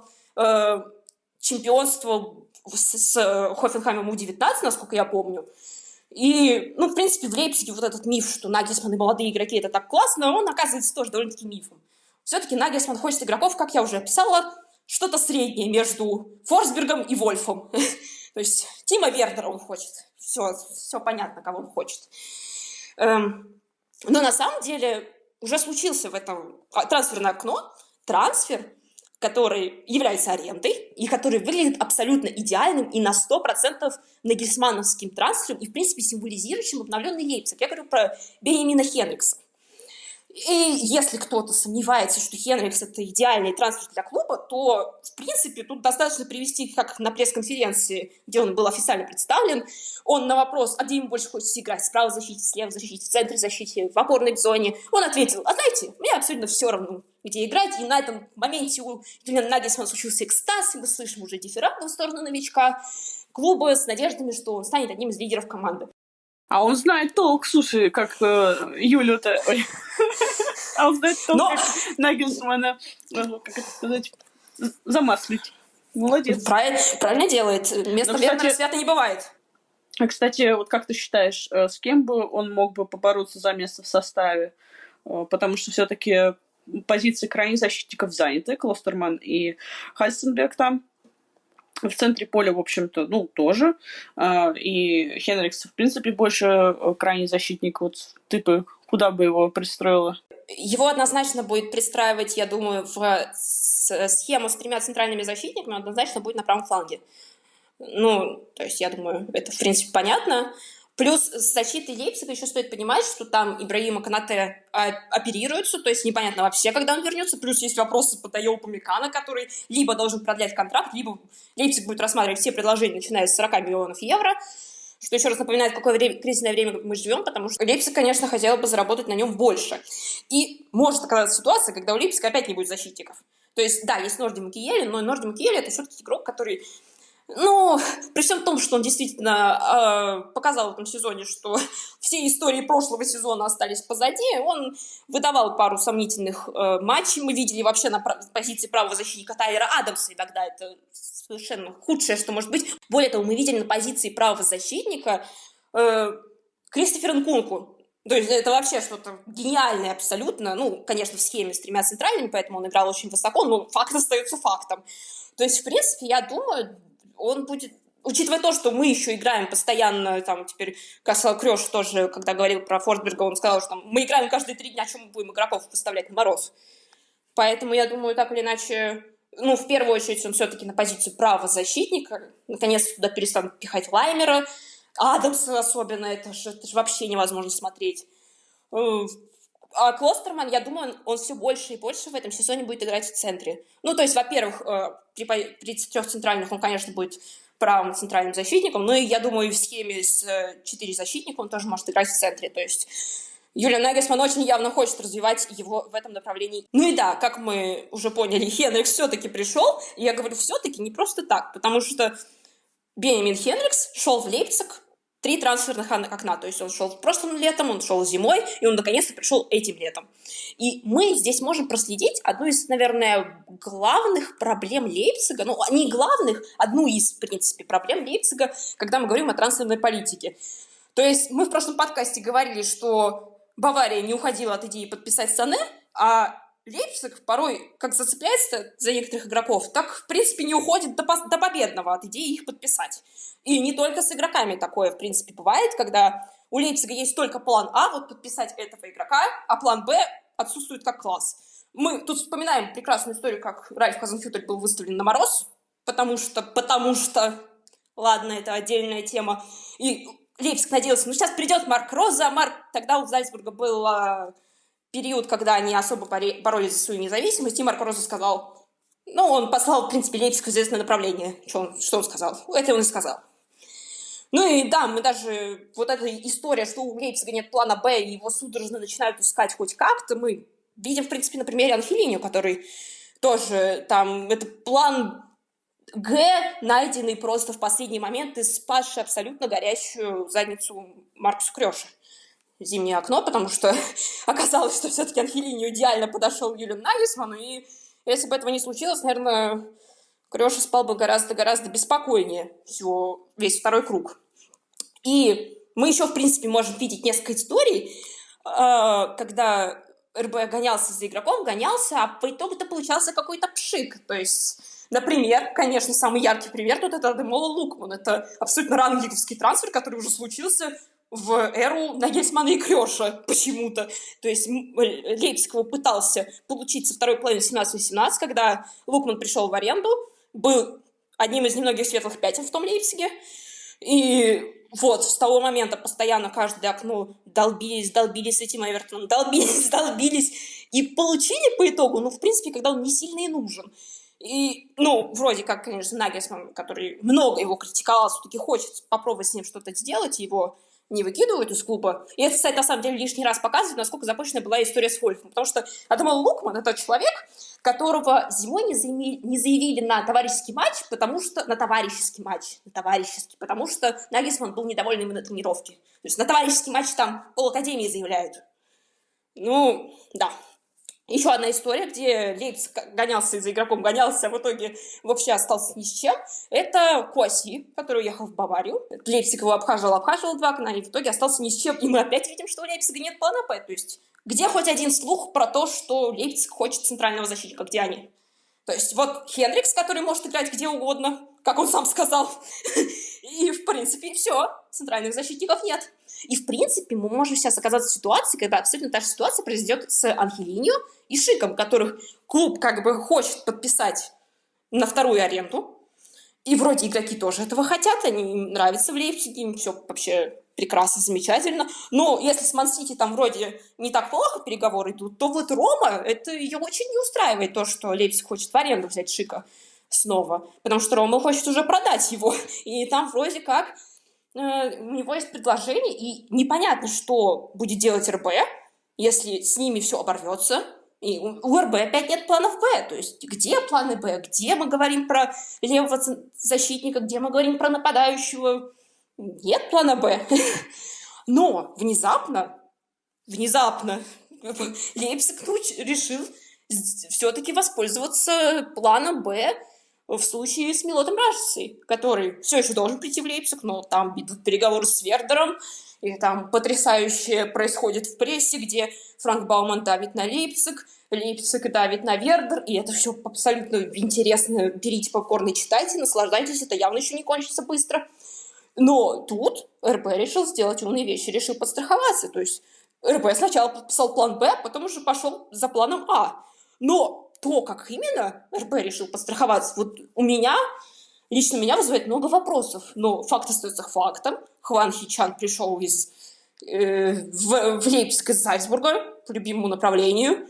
Speaker 3: чемпионство с Хофенхаймом У-19, насколько я помню. И, в принципе, в Лейпциге вот этот миф, что Нагельсман и молодые игроки — это так классно, он оказывается тоже довольно-таки мифом. Все-таки Нагельсман хочет игроков, как я уже описала, что-то среднее между Форсбергом и Вольфом. То есть Тима Вернера он хочет. Все понятно, кого он хочет. Но на самом деле уже случился в этом трансферное окно трансфер, который является арендой и который выглядит абсолютно идеальным и на 100% нагельсмановским трансфером и, в принципе, символизирующим обновленный Лейпциг. Я говорю про Беньямина Хенрикса. И если кто-то сомневается, что Хенрикс — это идеальный трансфер для клуба, то, в принципе, тут достаточно привести, как на пресс-конференции, где он был официально представлен, он на вопрос, а где ему больше хочется играть, справа в защите, слева в защите, в центре защиты, в опорной зоне, он ответил, знаете, мне абсолютно все равно, где играть, и на этом моменте у Юлиана Нагельсмана случился экстаз, и мы слышим уже дифирамбы в сторону новичка клуба с надеждами, что он станет одним из лидеров команды.
Speaker 1: А он знает толк, слушай, как Юлю-то... А он знает толк, как Нагельсмана, как это сказать, замаслить. Молодец.
Speaker 3: Правильно делает. Место Вернера свято не бывает.
Speaker 1: А, кстати, вот как ты считаешь, с кем бы он мог бы побороться за место в составе? Потому что все-таки позиции крайних защитников заняты, Клостерман и Хальстенберг там. В центре поля, в общем-то, тоже. И Хенрикс, в принципе, больше крайний защитник. Вот ты бы куда бы его пристроила?
Speaker 3: Его однозначно будет пристраивать, я думаю, в схему с 3 центральными защитниками, он однозначно будет на правом фланге. То есть, я думаю, это, в принципе, понятно. Плюс с защитой Лейпцига еще стоит понимать, что там Ибрахима Конате оперируется, то есть непонятно вообще, когда он вернется. Плюс есть вопросы по Тайо Упамекано, который либо должен продлять контракт, либо Лейпциг будет рассматривать все предложения, начиная с 40 миллионов евро. Что еще раз напоминает, какое кризисное время мы живем, потому что Лейпциг, конечно, хотел бы заработать на нем больше. И может оказаться ситуация, когда у Лейпцига опять не будет защитников. То есть, да, есть Норди Мукиеле, но Норди Мукиеле — это все-таки игрок, который... при всем том, что он действительно показал в этом сезоне, что все истории прошлого сезона остались позади, он выдавал пару сомнительных матчей. Мы видели вообще на позиции правого защитника Тайлера Адамса, иногда это совершенно худшее, что может быть. Более того, мы видели на позиции правого защитника Кристофера Нкунку. То есть это вообще что-то гениальное абсолютно. Конечно, в схеме с 3 центральными, поэтому он играл очень высоко, но факт остается фактом. То есть, в принципе, я думаю, он будет, учитывая то, что мы еще играем постоянно, теперь, как сказал Крёш тоже, когда говорил про Форсберга, он сказал, что мы играем каждые 3 дня, чем мы будем игроков выставлять на мороз. Поэтому, я думаю, так или иначе, в первую очередь, он все-таки на позицию правого защитника, наконец-то туда перестанут пихать Лаймера, Адамса особенно, это же вообще невозможно смотреть. А Клостерман, я думаю, он все больше и больше в этом сезоне будет играть в центре. То есть, во-первых, при 3 центральных он, конечно, будет правым центральным защитником, но и, я думаю, в схеме с 4 защитника он тоже может играть в центре. То есть Юлиан Нагельсман очень явно хочет развивать его в этом направлении. И да, как мы уже поняли, Хенрикс все-таки пришел. И я говорю все-таки не просто так, потому что Беньямин Хенрикс шел в Лейпциг 3 трансферных окна. То есть он шел прошлым летом, он шел зимой, и он наконец-то пришел этим летом. И мы здесь можем проследить одну из, наверное, главных проблем Лейпцига, ну, не главных, одну из, в принципе, проблем Лейпцига, когда мы говорим о трансферной политике. То есть мы в прошлом подкасте говорили, что Бавария не уходила от идеи подписать Сане, а Лейпциг порой как зацепляется за некоторых игроков, так, в принципе, не уходит до победного от идеи их подписать. И не только с игроками такое, в принципе, бывает, когда у Лейпцига есть только план А, вот подписать этого игрока, а план Б отсутствует как класс. Мы тут вспоминаем прекрасную историю, как Ральф Хазенхютель был выставлен на мороз, потому что, ладно, это отдельная тема, и Лейпциг надеялся, ну сейчас придет Марк Розе, а тогда у Зальцбурга был период, когда они особо боролись за свою независимость, и Марк Розе сказал, ну, он послал, в принципе, Лейпциг в известное направление. Что он сказал? Это он и сказал. Ну и да, мы даже, вот эта история, что у Лейпцига нет плана Б, и его судорожно начинают искать хоть как-то, мы видим, в принципе, на примере Анхелиньо, который тоже там, это план Г, найденный просто в последний момент и спасший абсолютно горящую задницу Маркусу Крёше. Зимнее окно, потому что оказалось, что все-таки Анхелиньо идеально подошел Юлиану Нагельсманну, и если бы этого не случилось, наверное, Крёша спал бы гораздо-гораздо беспокойнее весь второй круг. И мы еще, в принципе, можем видеть несколько историй, когда РБ гонялся за игроком, а по итогу-то получался какой-то пшик. То есть, например, конечно, самый яркий пример тут это Адемола Лукман. Это абсолютно рангниковский трансфер, который уже случился в эру Нагельсмана и Крёша почему-то. То есть Лейпциг его пытался получить со второй половины 17-18, когда Лукман пришел в аренду, был одним из немногих светлых пятен в том Лейпциге. И вот с того момента постоянно каждое окно долбились с этим Эвертоном, долбились и получили по итогу, ну, в принципе, когда он не сильно и нужен. И, ну, вроде как, конечно, Нагельсман, который много его критиковал, все-таки хочет попробовать с ним что-то сделать, его не выкидывают из клуба. И это, кстати, на самом деле лишний раз показывает, насколько запущена была история с Вольфом. Потому что Адемола Лукман — это человек, которого зимой не заявили на товарищеский матч, потому что Нагельсман был недоволен им на тренировке. То есть на товарищеский матч там полакадемии заявляют. Ну, да. Еще одна история, где Лейпциг гонялся за игроком, а в итоге вообще остался ни с чем. Это Куаси, который уехал в Баварию. Лейпциг его обхаживал 2 окна, и в итоге остался ни с чем. И мы опять видим, что у Лейпцига нет плана Б. То есть где хоть один слух про то, что Лейпциг хочет центрального защитника? Где они? То есть вот Хендрикс, который может играть где угодно, как он сам сказал. И, в принципе, все. Центральных защитников нет. И, в принципе, мы можем сейчас оказаться в ситуации, когда абсолютно та же ситуация произойдет с Анхелиньо и Шиком, которых клуб как бы хочет подписать на вторую аренду. И вроде игроки тоже этого хотят, они им нравятся в Лейпциге, им все вообще прекрасно, замечательно. Но если с Ман-Сити там вроде не так плохо переговоры идут, то вот Рома, это ее очень не устраивает то, что Лейпциг хочет в аренду взять Шика снова. Потому что Рома хочет уже продать его. И там вроде как у него есть предложение, и непонятно, что будет делать РБ, если с ними все оборвется. И у РБ опять нет планов Б. То есть где планы Б? Где мы говорим про левого защитника? Где мы говорим про нападающего? Нет плана Б. Но внезапно Лейпциг решил все-таки воспользоваться планом Б в случае с Милотом Рашицей, который все еще должен прийти в Лейпциг, но там идут переговоры с Вердером, и там потрясающее происходит в прессе, где Франк Бауман давит на Лейпциг давит на Вердер, и это все абсолютно интересно. Берите попкорн и читайте, наслаждайтесь, это явно еще не кончится быстро. Но тут РБ решил сделать умные вещи, решил подстраховаться. То есть РБ сначала подписал план Б, потом уже пошел за планом А. Но то, как именно РБ решил подстраховаться, вот лично меня вызывает много вопросов. Но факт остается фактом. Хван Хичан пришел в Лейпциг из Зальцбурга по любимому направлению.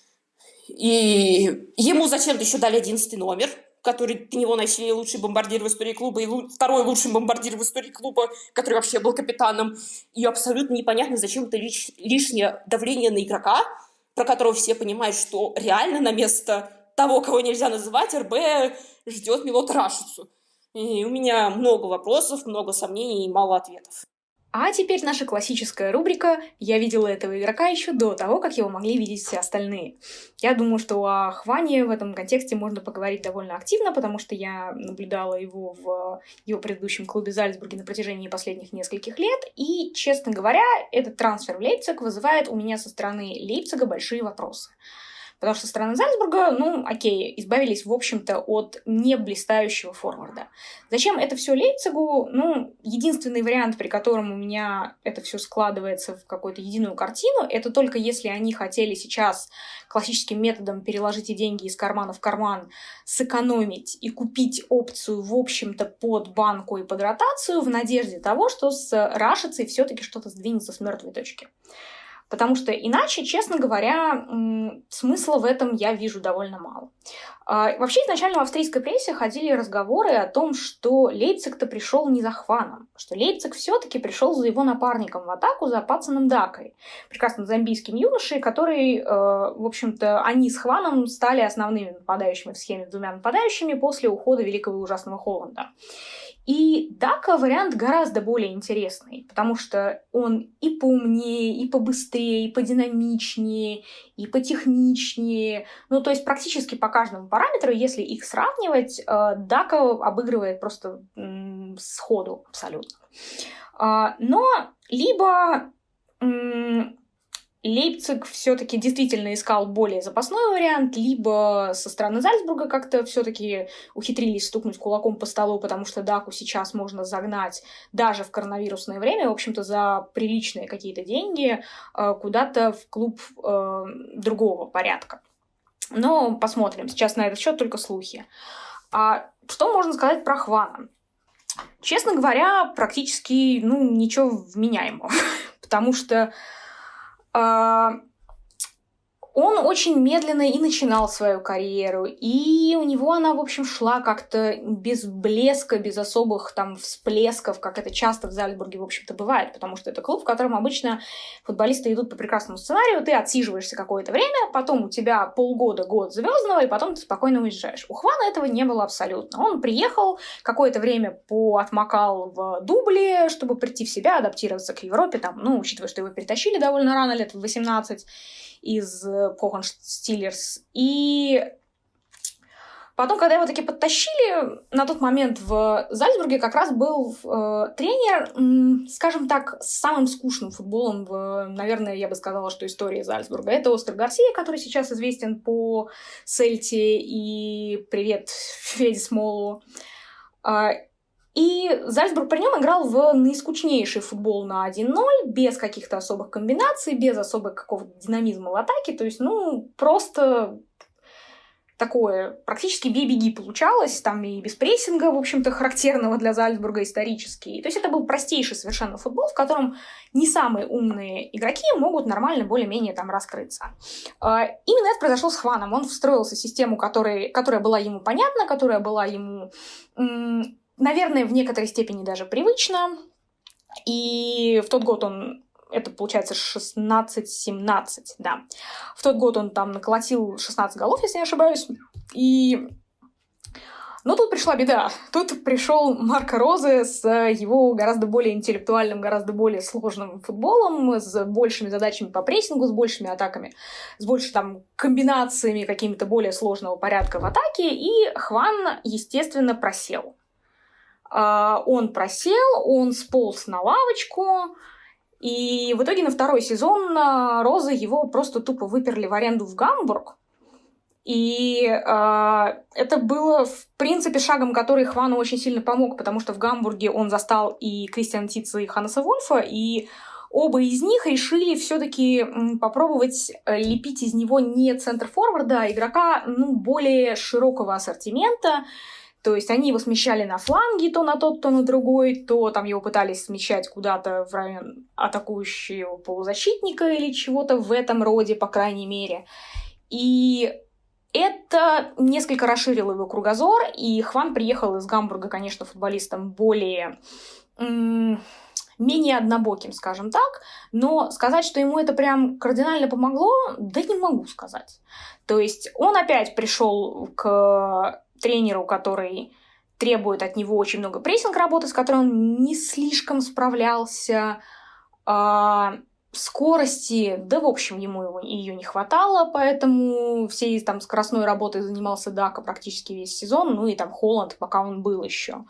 Speaker 3: И ему зачем-то еще дали 11 номер, который до него носили лучший бомбардир в истории клуба и второй лучший бомбардир в истории клуба, который вообще был капитаном. И абсолютно непонятно, зачем это лишнее давление на игрока, про которого все понимают, что реально на место того, кого нельзя называть, РБ ждет Милота Рашицу. И у меня много вопросов, много сомнений и мало ответов.
Speaker 4: А теперь наша классическая рубрика «Я видела этого игрока еще до того, как его могли видеть все остальные». Я думаю, что о Хване в этом контексте можно поговорить довольно активно, потому что я наблюдала его в его предыдущем клубе Зальцбурге на протяжении последних нескольких лет, и, честно говоря, этот трансфер в Лейпциг вызывает у меня со стороны Лейпцига большие вопросы. Потому что со стороны Зальцбурга, окей, избавились, в общем-то, от неблистающего форварда. Зачем это все Лейпцигу? Единственный вариант, при котором у меня это все складывается в какую-то единую картину, это только если они хотели сейчас классическим методом переложить деньги из кармана в карман, сэкономить и купить опцию, в общем-то, под банку и под ротацию в надежде того, что с Рашицей все-таки что-то сдвинется с мертвой точки. Потому что иначе, честно говоря, смысла в этом я вижу довольно мало. Вообще, изначально в австрийской прессе ходили разговоры о том, что Лейпциг-то пришел не за Хваном, что Лейпциг все-таки пришел за его напарником в атаку, за Пацаном Дакой, прекрасным замбийским юношей, который, в общем-то, они с Хваном стали основными нападающими в схеме с двумя нападающими после ухода великого и ужасного Холланда. И Дака вариант гораздо более интересный, потому что он и поумнее, и побыстрее, и подинамичнее, и потехничнее. То есть практически по каждому параметру, если их сравнивать, Дака обыгрывает просто сходу абсолютно. Но либо Лейпциг все-таки действительно искал более запасной вариант, либо со стороны Зальцбурга как-то все-таки ухитрились стукнуть кулаком по столу, потому что Даку сейчас можно загнать даже в коронавирусное время, в общем-то, за приличные какие-то деньги куда-то в клуб другого порядка. Но посмотрим. Сейчас на этот счет только слухи. А что можно сказать про Хвана? Честно говоря, практически ничего вменяемого, потому что он очень медленно и начинал свою карьеру, и у него она, в общем, шла как-то без блеска, без особых там всплесков, как это часто в Зальцбурге, в общем-то, бывает, потому что это клуб, в котором обычно футболисты идут по прекрасному сценарию, ты отсиживаешься какое-то время, потом у тебя полгода, год звездного, и потом ты спокойно уезжаешь. У Хвана этого не было абсолютно. Он приехал, какое-то время поотмокал в Дубле, чтобы прийти в себя, адаптироваться к Европе, учитывая, что его перетащили довольно рано, лет в 18, из Хохенстиллерс. И потом, когда его таки подтащили, на тот момент в Зальцбурге как раз был тренер, скажем так, с самым скучным футболом, наверное, я бы сказала, что история Зальцбурга. Это Оскар Гарсия, который сейчас известен по Сельте, и привет Феде Смолу. И Зальцбург при нем играл в наискучнейший футбол на 1-0, без каких-то особых комбинаций, без особого какого-то динамизма в атаке. То есть, просто такое практически бей-беги получалось, там и без прессинга, в общем-то, характерного для Зальцбурга исторически. То есть это был простейший совершенно футбол, в котором не самые умные игроки могут нормально более-менее там раскрыться. Именно это произошло с Хваном. Он встроился в систему, которая была ему понятна, которая была ему... наверное, в некоторой степени даже привычно. И в тот год это получается 16-17, да. В тот год он там наколотил 16 голов, если не ошибаюсь. Но тут пришла беда. Тут пришел Марко Розе с его гораздо более интеллектуальным, гораздо более сложным футболом, с большими задачами по прессингу, с большими атаками, с большими там комбинациями какими-то более сложного порядка в атаке. И Хван, естественно, просел. Он сполз на лавочку, и в итоге на второй сезон Розы его просто тупо выперли в аренду в Гамбург. И это было, в принципе, шагом, который Хвану очень сильно помог, потому что в Гамбурге он застал и Кристиана Тица, и Ханнеса Вольфа, и оба из них решили все-таки попробовать лепить из него не центр-форварда, а игрока более широкого ассортимента. То есть они его смещали на фланги, то на тот, то на другой, то там его пытались смещать куда-то в район атакующего полузащитника или чего-то в этом роде, по крайней мере. И это несколько расширило его кругозор, и Хван приехал из Гамбурга, конечно, футболистом менее однобоким, скажем так, но сказать, что ему это прям кардинально помогло, да не могу сказать. То есть он опять пришел к тренеру, который требует от него очень много прессинг-работы, с которой он не слишком справлялся. Скорости, да, в общем, ему ее не хватало, поэтому всей там скоростной работой занимался Дака практически весь сезон, ну и там Холланд, пока он был еще.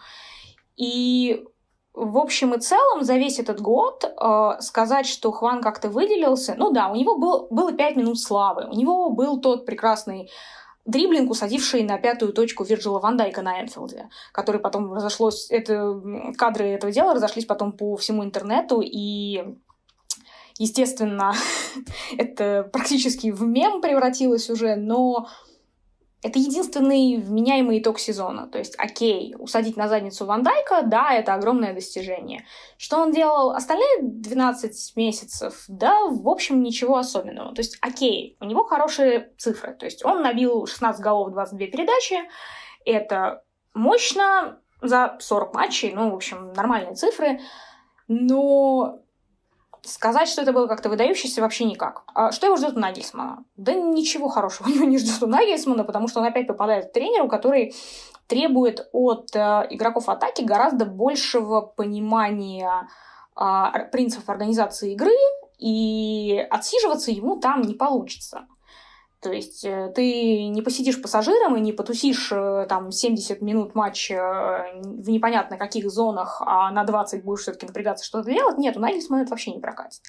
Speaker 4: И в общем и целом за весь этот год сказать, что Хван как-то выделился, ну да, у него было 5 минут славы, у него был тот прекрасный дриблинг, усадивший на 5-ю точку Вирджила ван Дайка на Энфилде, который потом кадры этого дела разошлись потом по всему интернету, и естественно, это практически в мем превратилось уже, но это единственный вменяемый итог сезона. То есть, окей, усадить на задницу Ван Дайка, да, это огромное достижение. Что он делал остальные 12 месяцев? Да, в общем, ничего особенного. То есть, окей, у него хорошие цифры. То есть, он набил 16 голов, 22 передачи. Это мощно за 40 матчей. Ну, в общем, нормальные цифры. Но сказать, что это было как-то выдающееся, вообще никак. А что его ждет у Нагельсмана? Да ничего хорошего у него не ждет у Нагельсмана, потому что он опять попадает к тренеру, который требует от игроков атаки гораздо большего понимания принципов организации игры, и отсиживаться ему там не получится. То есть ты не посидишь пассажиром и не потусишь там 70 минут матча в непонятно каких зонах, а на 20 будешь все-таки напрягаться что-то делать. Нет, у Нагельсмана это вообще не прокатит.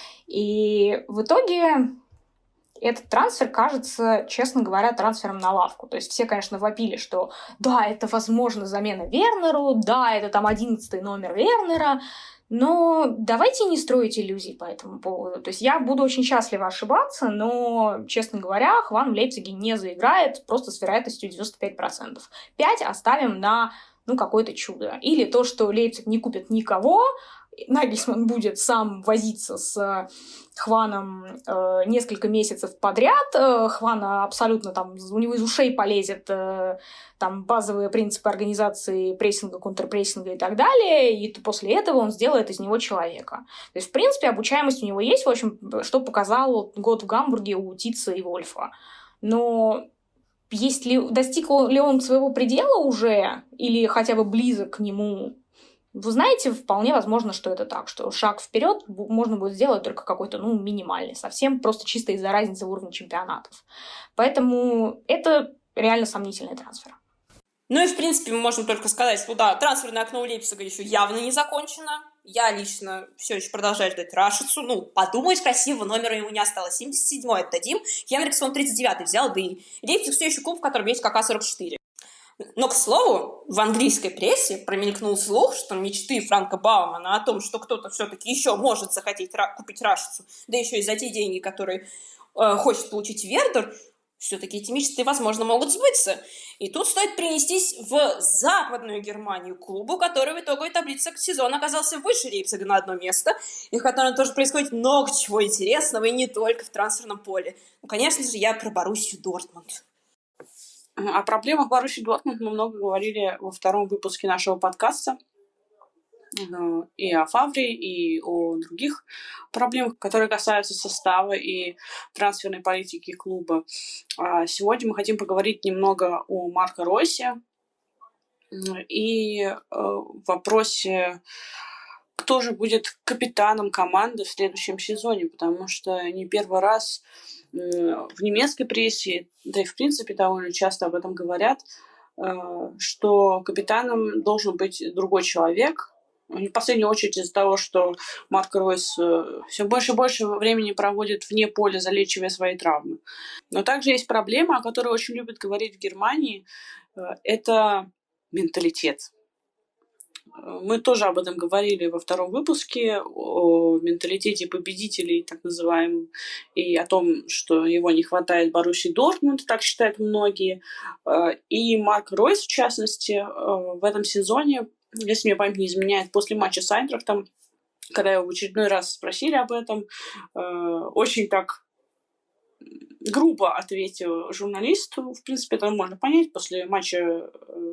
Speaker 4: И в итоге этот трансфер кажется, честно говоря, трансфером на лавку. То есть все, конечно, вопили, что да, это, возможно, замена Вернеру, да, это там 11-й номер Вернера, но давайте не строить иллюзий по этому поводу. То есть я буду очень счастлива ошибаться, но, честно говоря, Хван в Лейпциге не заиграет просто с вероятностью 95%. 5 оставим на какое-то чудо. Или то, что Лейпциг не купит никого, Нагельсман будет сам возиться с Хваном несколько месяцев подряд. Хвана абсолютно там, у него из ушей полезет там базовые принципы организации прессинга, контрпрессинга и так далее, и после этого он сделает из него человека. То есть, в принципе, обучаемость у него есть, в общем, что показал год в Гамбурге у Тица и Вольфа. Но достиг ли он своего предела уже, или хотя бы близок к нему? Вы знаете, вполне возможно, что это так, что шаг вперед можно будет сделать только какой-то, минимальный, совсем просто чисто из-за разницы в уровне чемпионатов. Поэтому это реально сомнительный трансфер.
Speaker 3: Ну и, в принципе, мы можем только сказать, что да, трансферное окно у Лейпцига еще явно не закончено. Я лично все еще продолжаю ждать Рашицу. Подумать, красивого номера ему не осталось. 77-й отдадим. Хенриксон 39-й взял, да и Лейпциг все еще клуб, в котором есть КК-44. Но, к слову, в английской прессе промелькнул слух, что мечты Франка Баумана о том, что кто-то все-таки еще может захотеть купить Рашицу, да еще и за те деньги, которые хочет получить Вердер, все-таки эти мечты, возможно, могут сбыться. И тут стоит перенестись в Западную Германию, клубу, который в итоговой таблице сезона оказался выше Лейпцига на одно место, и в котором тоже происходит много чего интересного, и не только в трансферном поле. Конечно же, я про Боруссию Дортмунд.
Speaker 1: О проблемах Боруссии Дортмунд мы много говорили во втором выпуске нашего подкаста. И о Фавре, и о других проблемах, которые касаются состава и трансферной политики клуба. Сегодня мы хотим поговорить немного о Марко Ройсе и в вопросе, кто же будет капитаном команды в следующем сезоне, потому что не первый раз в немецкой прессе, да и в принципе довольно часто об этом говорят, что капитаном должен быть другой человек. В последнюю очередь из-за того, что Марко Ройс все больше и больше времени проводит вне поля, залечивая свои травмы. Но также есть проблема, о которой очень любят говорить в Германии, это менталитет. Мы тоже об этом говорили во втором выпуске, о менталитете победителей, так называемом, и о том, что его не хватает Боруссии Дортмунд, так считают многие. И Марк Ройс, в частности, в этом сезоне, если мне память не изменяет, после матча с Айнтрахтом, когда его в очередной раз спросили об этом, очень так грубо ответил журналисту. В принципе, это можно понять. После матча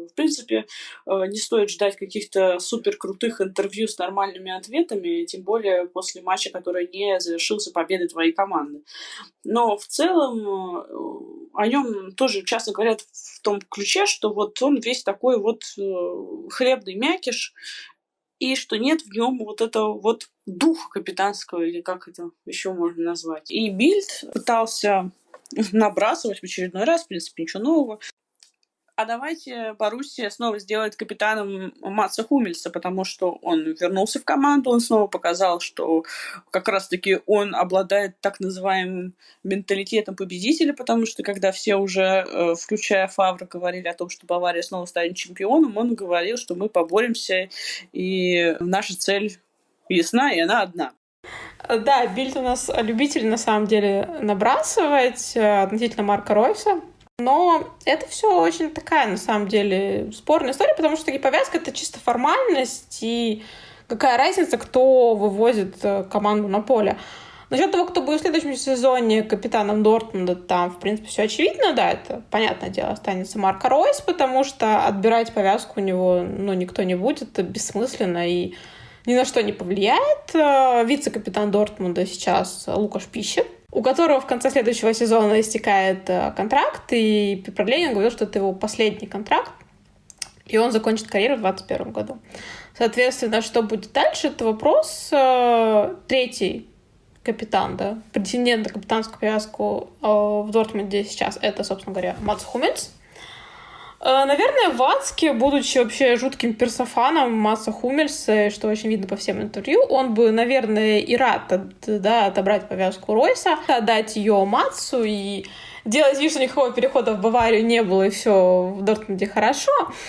Speaker 1: В принципе, не стоит ждать каких-то супер крутых интервью с нормальными ответами, тем более после матча, который не завершился победой твоей команды. Но в целом о нем тоже часто говорят в том ключе, что вот он весь такой вот хлебный мякиш, и что нет в нем вот этого вот духа капитанского, или как это еще можно назвать. И Бильд пытался набрасывать в очередной раз, в принципе, ничего нового. А давайте Боруссия снова сделает капитаном Матса Хуммельса, потому что он вернулся в команду, он снова показал, что как раз-таки он обладает так называемым менталитетом победителя, потому что когда все уже, включая Фавра, говорили о том, что Бавария снова станет чемпионом, он говорил, что мы поборемся, и наша цель ясна, и она одна.
Speaker 2: Да, Бильд у нас любитель, на самом деле, набрасывать относительно Марка Ройса. Но это все очень такая, на самом деле, спорная история, потому что повязка — это чисто формальность, и какая разница, кто вывозит команду на поле. Насчет того, кто будет в следующем сезоне капитаном Дортмунда, там, в принципе, все очевидно, да, это, понятное дело, останется Марко Ройс, потому что отбирать повязку у него, никто не будет, это бессмысленно и ни на что не повлияет. Вице-капитан Дортмунда сейчас Лукаш Пищек, у которого в конце следующего сезона истекает контракт, и при правлении он говорил, что это его последний контракт, и он закончит карьеру в 2021 году. Соответственно, что будет дальше, это вопрос. Третий капитан, да, претендент на капитанскую повязку в Дортмунде сейчас, это, собственно говоря, Матс Хуммельс. Наверное, Вацке, будучи вообще жутким персофаном Матса Хуммельса, что очень видно по всем интервью, он бы, наверное, и рад отобрать повязку Ройса, отдать ее Матсу и делать вид, что никакого перехода в Баварию не было, и все в Дортмунде хорошо.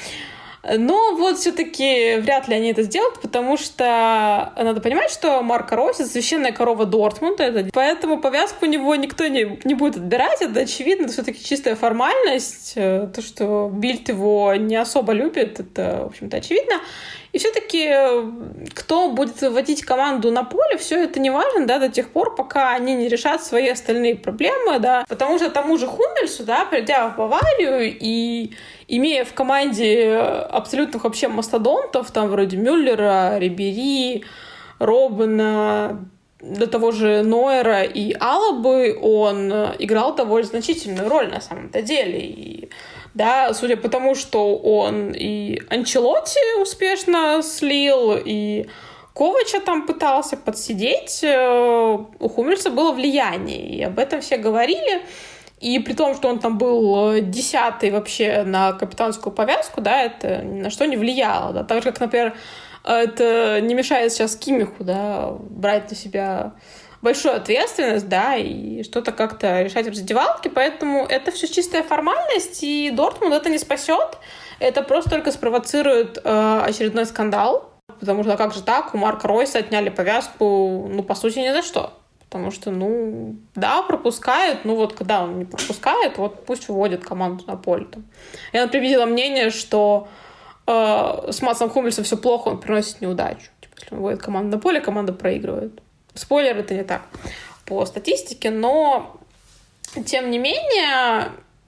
Speaker 2: Но вот все-таки вряд ли они это сделают, потому что надо понимать, что Марко Ройс — это священная корова Дортмунда, поэтому повязку у него никто не будет отбирать, это очевидно, это все-таки чистая формальность, то, что Бильд его не особо любит, это, в общем-то, очевидно. И все-таки кто будет выводить команду на поле, все это не важно, да, до тех пор, пока они не решат свои остальные проблемы, да, потому что тому же Хуммельсу, да, придя в Баварию и имея в команде абсолютных вообще мастодонтов, там вроде Мюллера, Рибери, Роббена, до того же Нойера и Алабы, он играл довольно значительную роль на самом-то деле. И, да, судя по тому, что он и Анчелотти успешно слил, и Ковача там пытался подсидеть, у Хуммельса было влияние, и об этом все говорили. И при том, что он там был 10-й вообще на капитанскую повязку, да, это ни на что не влияло. Да. Так же, как, например, это не мешает сейчас Кимиху, да, брать на себя большую ответственность, да, и что-то как-то решать в раздевалке. Поэтому это все чистая формальность, и Дортмунд это не спасет. Это просто только спровоцирует очередной скандал. Потому что как же так? У Марка Ройса отняли повязку, по сути, ни за что. Потому что, да, пропускает, вот когда он не пропускает, вот пусть выводит команду на поле. Там. Я, например, видела мнение, что с Матсом Хуммельсом все плохо, он приносит неудачу. Если он выводит команду на поле, команда проигрывает. Спойлер, это не так по статистике, но тем не менее,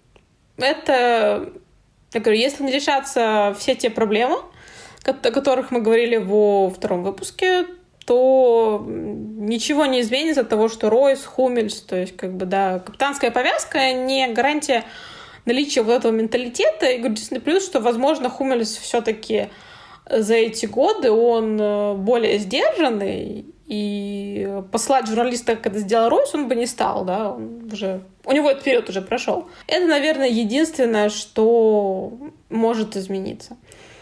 Speaker 2: это, я говорю, если не решатся все те проблемы, о которых мы говорили во втором выпуске, то ничего не изменится от того, что Ройс, Хуммельс, то есть, капитанская повязка не гарантия наличия вот этого менталитета. И единственный плюс, что, возможно, Хуммельс все-таки за эти годы он более сдержанный, и послать журналиста, как это сделал Ройс, он бы не стал, да, у него этот период уже прошел. Это, наверное, единственное, что может измениться.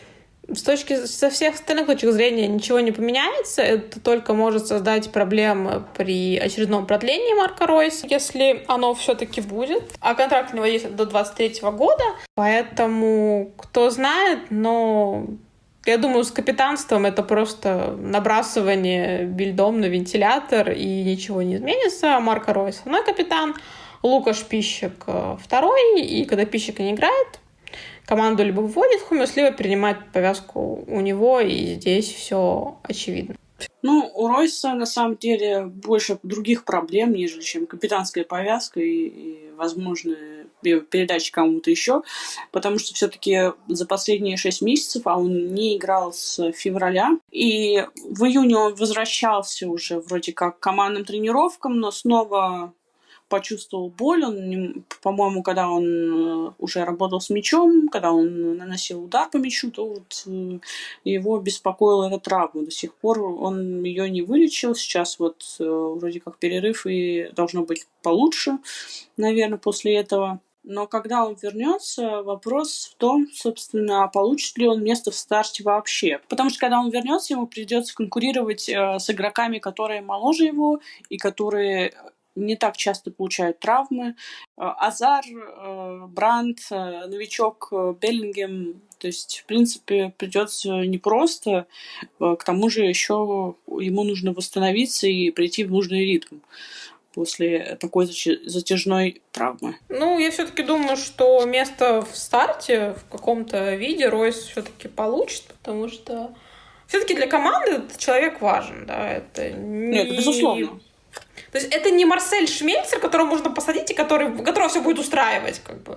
Speaker 2: Со всех остальных точек зрения ничего не поменяется. Это только может создать проблемы при очередном продлении Марко Ройса, если оно все-таки будет. А контракт у него есть до 2023 года. Поэтому, кто знает, но я думаю, с капитанством это просто набрасывание бильдом на вентилятор, и ничего не изменится. Марко Ройс — основной капитан, Лукаш Пищек второй, и когда Пищек не играет, команду либо вводит Хуммельс, либо принимает повязку у него, и здесь все очевидно.
Speaker 1: У Ройса на самом деле больше других проблем, нежели чем капитанская повязка и возможное передачи кому-то еще, потому что все-таки за последние 6 месяцев, а он не играл с февраля, и в июне он возвращался уже вроде как к командным тренировкам, но снова почувствовал боль. Он, по-моему, когда он уже работал с мячом, когда он наносил удар по мячу, то вот его беспокоила эта травма. До сих пор он ее не вылечил. Сейчас вот вроде как перерыв, и должно быть получше, наверное, после этого. Но когда он вернется, вопрос в том, собственно, получит ли он место в старте вообще. Потому что когда он вернется, ему придется конкурировать с игроками, которые моложе его и которые не так часто получают травмы. Азар, Брандт, новичок Беллингем. То есть, в принципе, придется непросто. К тому же еще ему нужно восстановиться и прийти в нужный ритм после такой затяжной травмы.
Speaker 2: Ну, я все-таки думаю, что место в старте в каком-то виде Ройс все-таки получит, потому что все-таки для команды этот человек важен, да, это не...
Speaker 1: Нет, безусловно.
Speaker 2: То есть это не Марсель Шмельцер, которого можно посадить и которого все будет устраивать, как бы.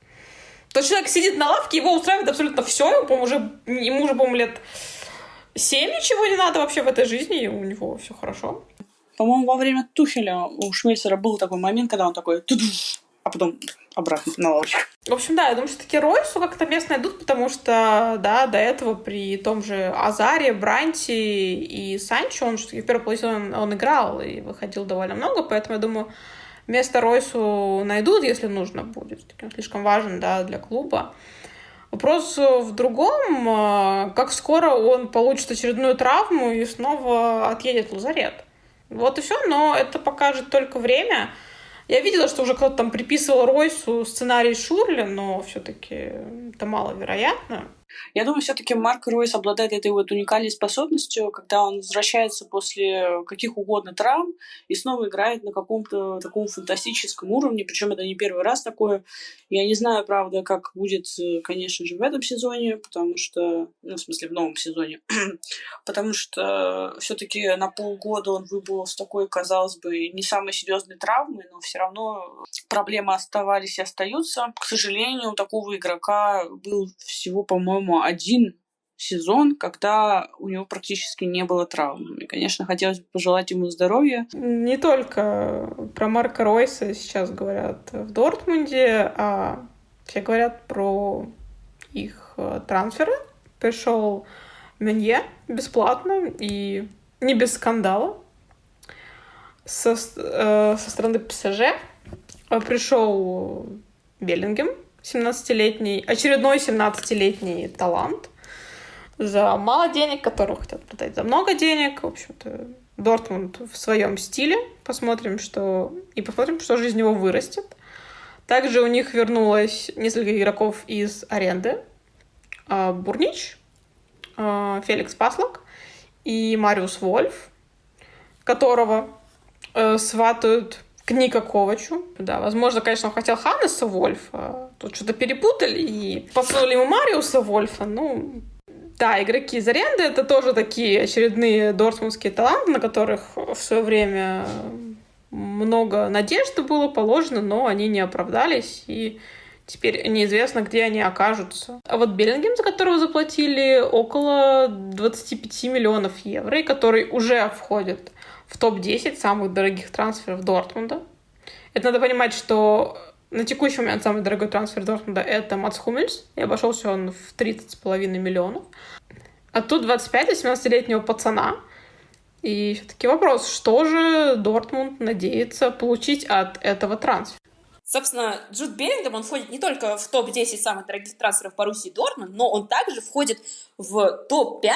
Speaker 2: Тот человек сидит на лавке, его устраивает абсолютно все, ему уже, по-моему, лет 7 ничего не надо вообще в этой жизни, и у него все хорошо.
Speaker 1: По-моему, во время Тухеля у Шмельцера был такой момент, когда он такой, а потом обратно на лавочку.
Speaker 2: В общем, да, я думаю, что таки Ройсу как-то место найдут, потому что, да, до этого при том же Азаре, Бранте и Санчо, он все-таки в первой половине он играл и выходил довольно много, поэтому, я думаю, место Ройсу найдут, если нужно будет. Он слишком важен, да, для клуба. Вопрос в другом, как скоро он получит очередную травму и снова отъедет в лазарет. Вот и все, но это покажет только время. Я видела, что уже кто-то там приписывал Ройсу сценарий Шурли, но все-таки это маловероятно.
Speaker 1: Я думаю, все-таки Марко Ройс обладает этой вот уникальной способностью, когда он возвращается после каких угодно травм и снова играет на каком-то таком фантастическом уровне, причем это не первый раз такое. Я не знаю, правда, как будет, конечно же, в этом сезоне, потому что, ну, в смысле, в новом сезоне, потому что все-таки на полгода он выбыл с такой, казалось бы, не самой серьезной травмой, но все равно проблемы оставались и остаются. К сожалению, у такого игрока был всего, по-моему, один сезон, когда у него практически не было травм. И, конечно, хотелось бы пожелать ему здоровья.
Speaker 2: Не только про Марка Ройса сейчас говорят в Дортмунде, а все говорят про их трансферы. Пришел Менье бесплатно и не без скандала со стороны ПСЖ. Пришел Беллингем, 17-летний, очередной 17-летний талант за мало денег, которого хотят продать за много денег. В общем-то, Дортмунд в своем стиле. Посмотрим, что же из него вырастет. Также у них вернулось несколько игроков из аренды. Бурнич, Феликс Паслак и Мариус Вольф, которого сватают к Нико Ковачу. Да, возможно, конечно, он хотел Ханнеса Вольфа. Тут что-то перепутали и подсунули ему Мариуса Вольфа. Ну, да, игроки из аренды — это тоже такие очередные дортмундские таланты, на которых в свое время много надежды было положено, но они не оправдались, и теперь неизвестно, где они окажутся. А вот Беллингем, за которого заплатили около 25 миллионов евро, и который уже входит в топ-10 самых дорогих трансферов Дортмунда. Это надо понимать, что на текущий момент самый дорогой трансфер Дортмунда — это Матс Хуммельс, и обошелся он в 30,5 миллионов. А тут 25-17-летнего пацана. И все-таки вопрос, что же Дортмунд надеется получить от этого трансфера?
Speaker 3: Собственно, Джуд Беллингем, он входит не только в топ-10 самых дорогих трансферов Боруссии Дортмунд, но он также входит в топ-5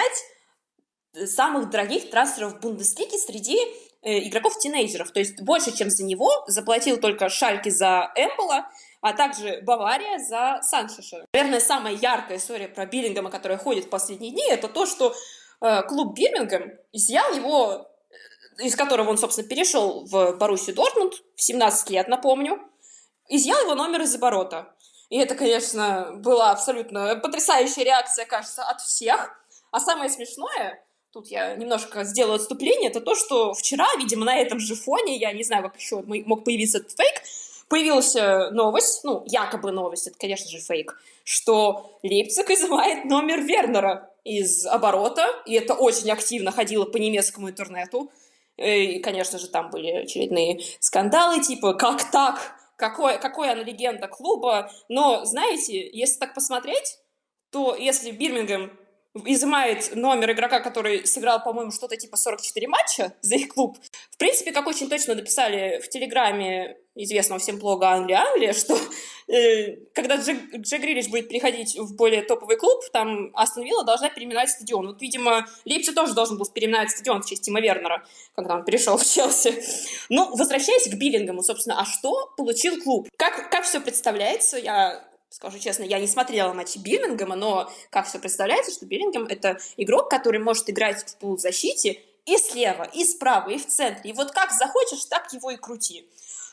Speaker 3: самых дорогих трансферов Бундеслиги среди игроков-тинейджеров. То есть больше, чем за него, заплатил только Шальке за Эмбола, а также Бавария за Санчеша. Наверное, самая яркая история про Беллингема, которая ходит в последние дни, это то, что клуб Бирмингем изъял его, из которого он, собственно, перешел в Боруссию Дортмунд в 17 лет, напомню, изъял его номер из оборота. И это, конечно, была абсолютно потрясающая реакция, кажется, от всех. А самое смешное, тут я немножко сделаю отступление, это то, что вчера, видимо, на этом же фоне, я не знаю, как еще мог появиться этот фейк, появилась новость, якобы новость, это, конечно же, фейк, что Лейпциг изымает номер Вернера из оборота, и это очень активно ходило по немецкому интернету. И, конечно же, там были очередные скандалы, типа, как так? Какой она легенда клуба? Но, знаете, если так посмотреть, то если Бирмингем изымает номер игрока, который сыграл, по-моему, что-то типа 44 матча за их клуб. В принципе, как очень точно написали в Телеграме известного всем блога Англия, что когда Джек Грилиш будет переходить в более топовый клуб, там Астон Вилла должна переименовать стадион. Вот, видимо, Лейпциг тоже должен был переименовать стадион в честь Тима Вернера, когда он перешел в Челси. Возвращаясь к Биллингему, собственно, а что получил клуб? Как все представляется? Я скажу честно, я не смотрела матчи Бирмингема, но как все представляется, что Бирмингем — это игрок, который может играть в полузащите и слева, и справа, и в центре. И вот как захочешь, так его и крути.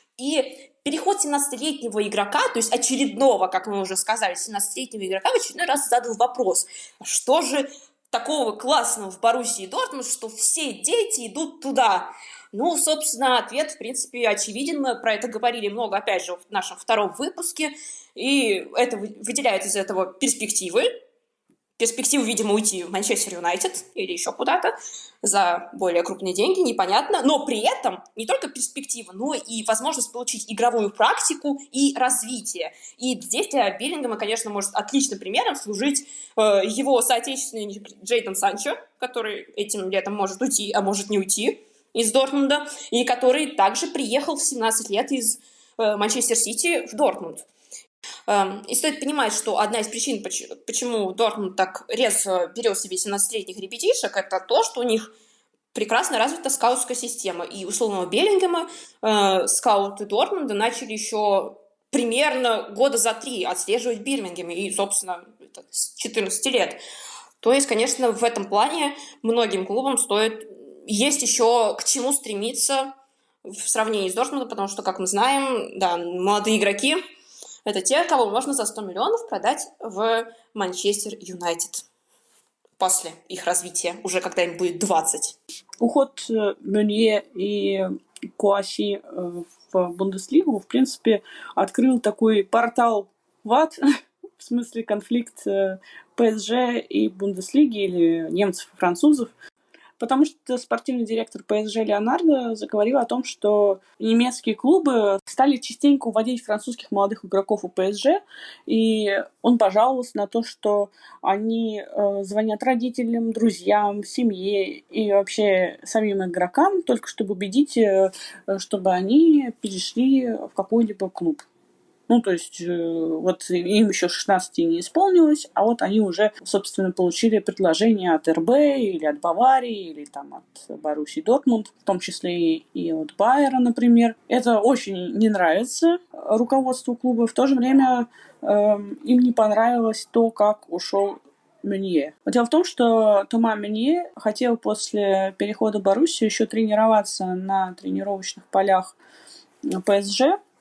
Speaker 3: И переход 17-летнего игрока, то есть очередного, как мы уже сказали, 17-летнего игрока в очередной раз задал вопрос, что же такого классного в Боруссии Дортмунд, что все дети идут туда? Собственно, ответ, в принципе, очевиден. Мы про это говорили много, опять же, в нашем втором выпуске. И это выделяет из этого перспективы. Перспективу, видимо, уйти в Манчестер Юнайтед или еще куда-то за более крупные деньги, непонятно. Но при этом не только перспектива, но и возможность получить игровую практику и развитие. И здесь для Биллингема, конечно, может отличным примером служить его соотечественник Джейдон Санчо, который этим летом может уйти, а может не уйти из Дортмунда, и который также приехал в 17 лет из Манчестер Сити в Дортмунд. И стоит понимать, что одна из причин, почему Дортмунд так резко берет себе 17-летних ребятишек, это то, что у них прекрасно развита скаутская система. И условного Беллингема скауты Дортмунда начали еще примерно года за 3 отслеживать в Бирмингеме, и, собственно, это с 14 лет. То есть, конечно, в этом плане многим клубам есть еще к чему стремиться в сравнении с Дортмундом, потому что, как мы знаем, да, молодые игроки — это те, кого можно за 100 миллионов продать в Манчестер Юнайтед после их развития, уже когда им будет 20.
Speaker 1: Уход Мюнье и Куаси в Бундеслигу, в принципе, открыл такой портал в ад, в смысле конфликт ПСЖ и Бундеслиги, или немцев и французов. Потому что спортивный директор ПСЖ Леонардо заговорил о том, что немецкие клубы стали частенько уводить французских молодых игроков у ПСЖ, и он пожаловался на то, что они звонят родителям, друзьям, семье и вообще самим игрокам, только чтобы убедить, чтобы они перешли в какой-либо клуб. То есть, вот им еще 16 не исполнилось, а вот они уже, собственно, получили предложение от РБ или от Баварии, или там от Боруссии Дортмунд, в том числе и от Байера, например. Это очень не нравится руководству клуба. В то же время им не понравилось то, как ушел Мюнье. Дело в том, что Тома Мюнье хотел после перехода в Боруссию еще тренироваться на тренировочных полях ПСЖ,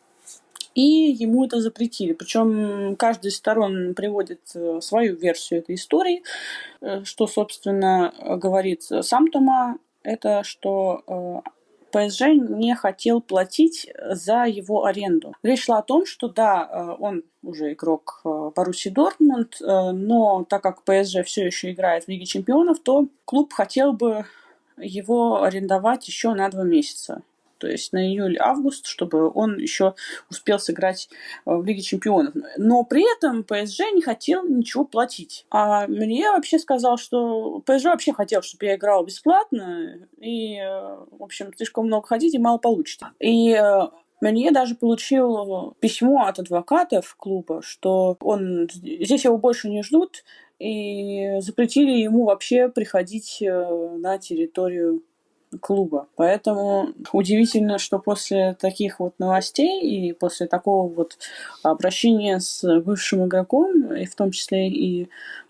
Speaker 1: и ему это запретили. Причем каждая из сторон приводит свою версию этой истории. Что, собственно, говорит сам Тома, это что ПСЖ не хотел платить за его аренду. Речь шла о том, что да, он уже игрок Боруссии Дортмунд, но так как ПСЖ все еще играет в Лиге Чемпионов, то клуб хотел бы его арендовать еще на 2 месяца. То есть на июль-август, чтобы он еще успел сыграть в Лиге Чемпионов. Но при этом ПСЖ не хотел ничего платить. А мне вообще сказал, что ПСЖ вообще хотел, чтобы я играл бесплатно, и, в общем, слишком много хотите, мало получите. И Мюнье даже получил письмо от адвокатов клуба, что здесь его больше не ждут, и запретили ему вообще приходить на территорию клуба. Поэтому удивительно, что после таких вот новостей и после такого вот обращения с бывшим игроком, и в том числе и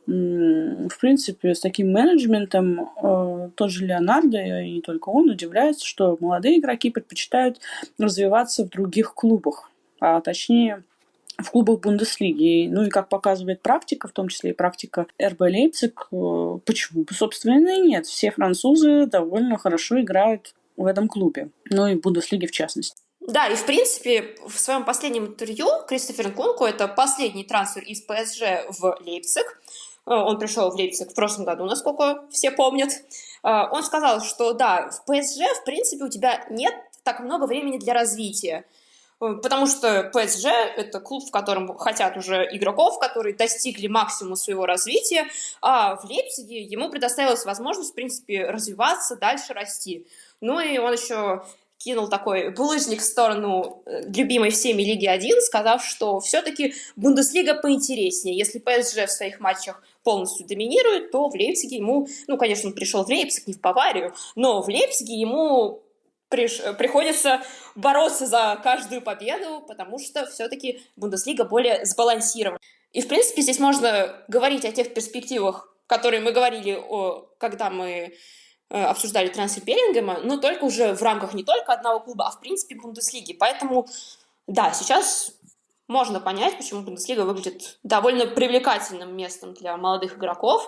Speaker 1: в принципе с таким менеджментом, тоже Леонардо, и не только он, удивляется, что молодые игроки предпочитают развиваться в других клубах, а точнее в клубах Бундеслиги. И как показывает практика, в том числе и практика РБ Лейпциг, почему бы, собственно, и нет. Все французы довольно хорошо играют в этом клубе. И в Бундеслиге в частности.
Speaker 3: Да, и в принципе в своем последнем интервью Кристофер Нкунку, это последний трансфер из ПСЖ в Лейпциг, он пришел в Лейпциг в прошлом году, насколько все помнят, он сказал, что да, в ПСЖ в принципе у тебя нет так много времени для развития, потому что ПСЖ — это клуб, в котором хотят уже игроков, которые достигли максимума своего развития, а в Лейпциге ему предоставилась возможность, в принципе, развиваться, дальше расти. Ну и он еще кинул такой булыжник в сторону любимой всеми Лиги 1, сказав, что все-таки Бундеслига поинтереснее. Если ПСЖ в своих матчах полностью доминирует, то в Лейпциге ему, ну, конечно, он пришел в Лейпциг, не в Баварию, но в Лейпциге ему приходится бороться за каждую победу, потому что все-таки Бундеслига более сбалансирована. И, в принципе, здесь можно говорить о тех перспективах, которые мы говорили, когда мы обсуждали трансфер Беллингема, но только уже в рамках не только одного клуба, а в принципе Бундеслиги. Поэтому, да, сейчас можно понять, почему Бундеслига выглядит довольно привлекательным местом для молодых игроков.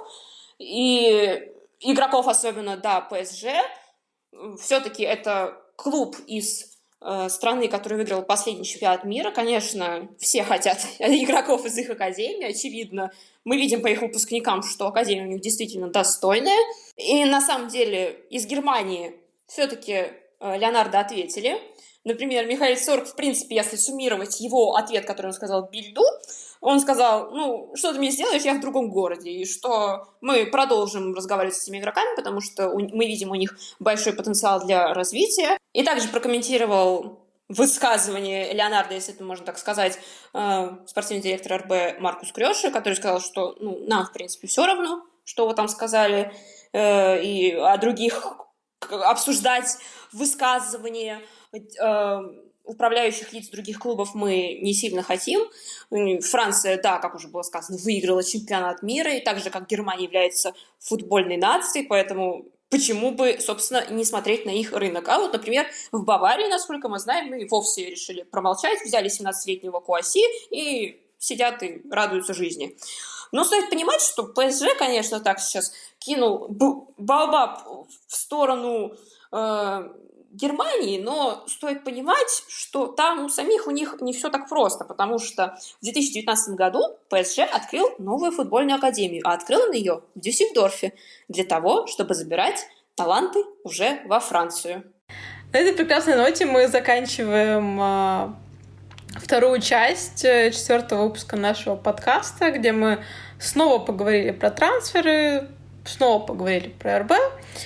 Speaker 3: И игроков особенно, да, ПСЖ. Все-таки это клуб из страны, которая выиграла последний чемпионат мира. Конечно, все хотят игроков из их академии, очевидно. Мы видим по их выпускникам, что академия у них действительно достойная. И на самом деле из Германии все-таки Леонардо ответили. Например, Михаил Сорок, в принципе, если суммировать его ответ, который он сказал Бильду, он сказал, ну, что ты мне сделаешь, я в другом городе, и что мы продолжим разговаривать с этими игроками, потому что мы видим у них большой потенциал для развития. И также прокомментировал высказывание Леонардо, если это можно так сказать, спортивный директор РБ Маркус Крёше, который сказал, что нам, в принципе, все равно, что вы там сказали, и о других обсуждать высказывания управляющих лиц других клубов мы не сильно хотим. Франция, да, как уже было сказано, выиграла чемпионат мира, и так же, как Германия является футбольной нацией, поэтому почему бы, собственно, не смотреть на их рынок. А вот, например, в Баварии, насколько мы знаем, мы вовсе решили промолчать, взяли 17-летнего Куаси и сидят и радуются жизни. Но стоит понимать, что ПСЖ, конечно, так сейчас кинул Баобаб в сторону Германии, но стоит понимать, что там у самих у них не все так просто, потому что в 2019 году ПСЖ открыл новую футбольную академию, а открыл он ее в Дюссельдорфе для того, чтобы забирать таланты уже во Францию.
Speaker 2: На этой прекрасной ноте мы заканчиваем вторую часть 4-го выпуска нашего подкаста, где мы снова поговорили про трансферы, снова поговорили про РБ,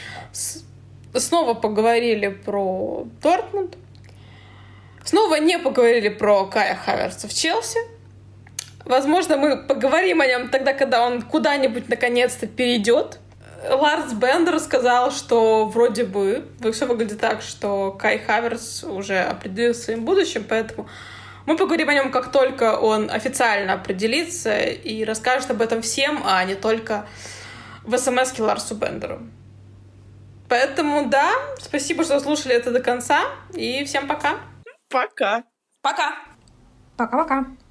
Speaker 2: снова поговорили про Дортмунд, снова не поговорили про Кая Хаверца в Челси. Возможно, мы поговорим о нем тогда, когда он куда-нибудь наконец-то перейдет. Ларс Бендер сказал, что вроде бы все выглядит так, что Кай Хаверц уже определил своим будущим, поэтому мы поговорим о нем, как только он официально определится и расскажет об этом всем, а не только в смс-ке Ларсу Бендеру. Поэтому, да, спасибо, что слушали это до конца, и всем пока.
Speaker 1: Пока.
Speaker 3: Пока.
Speaker 4: Пока-пока.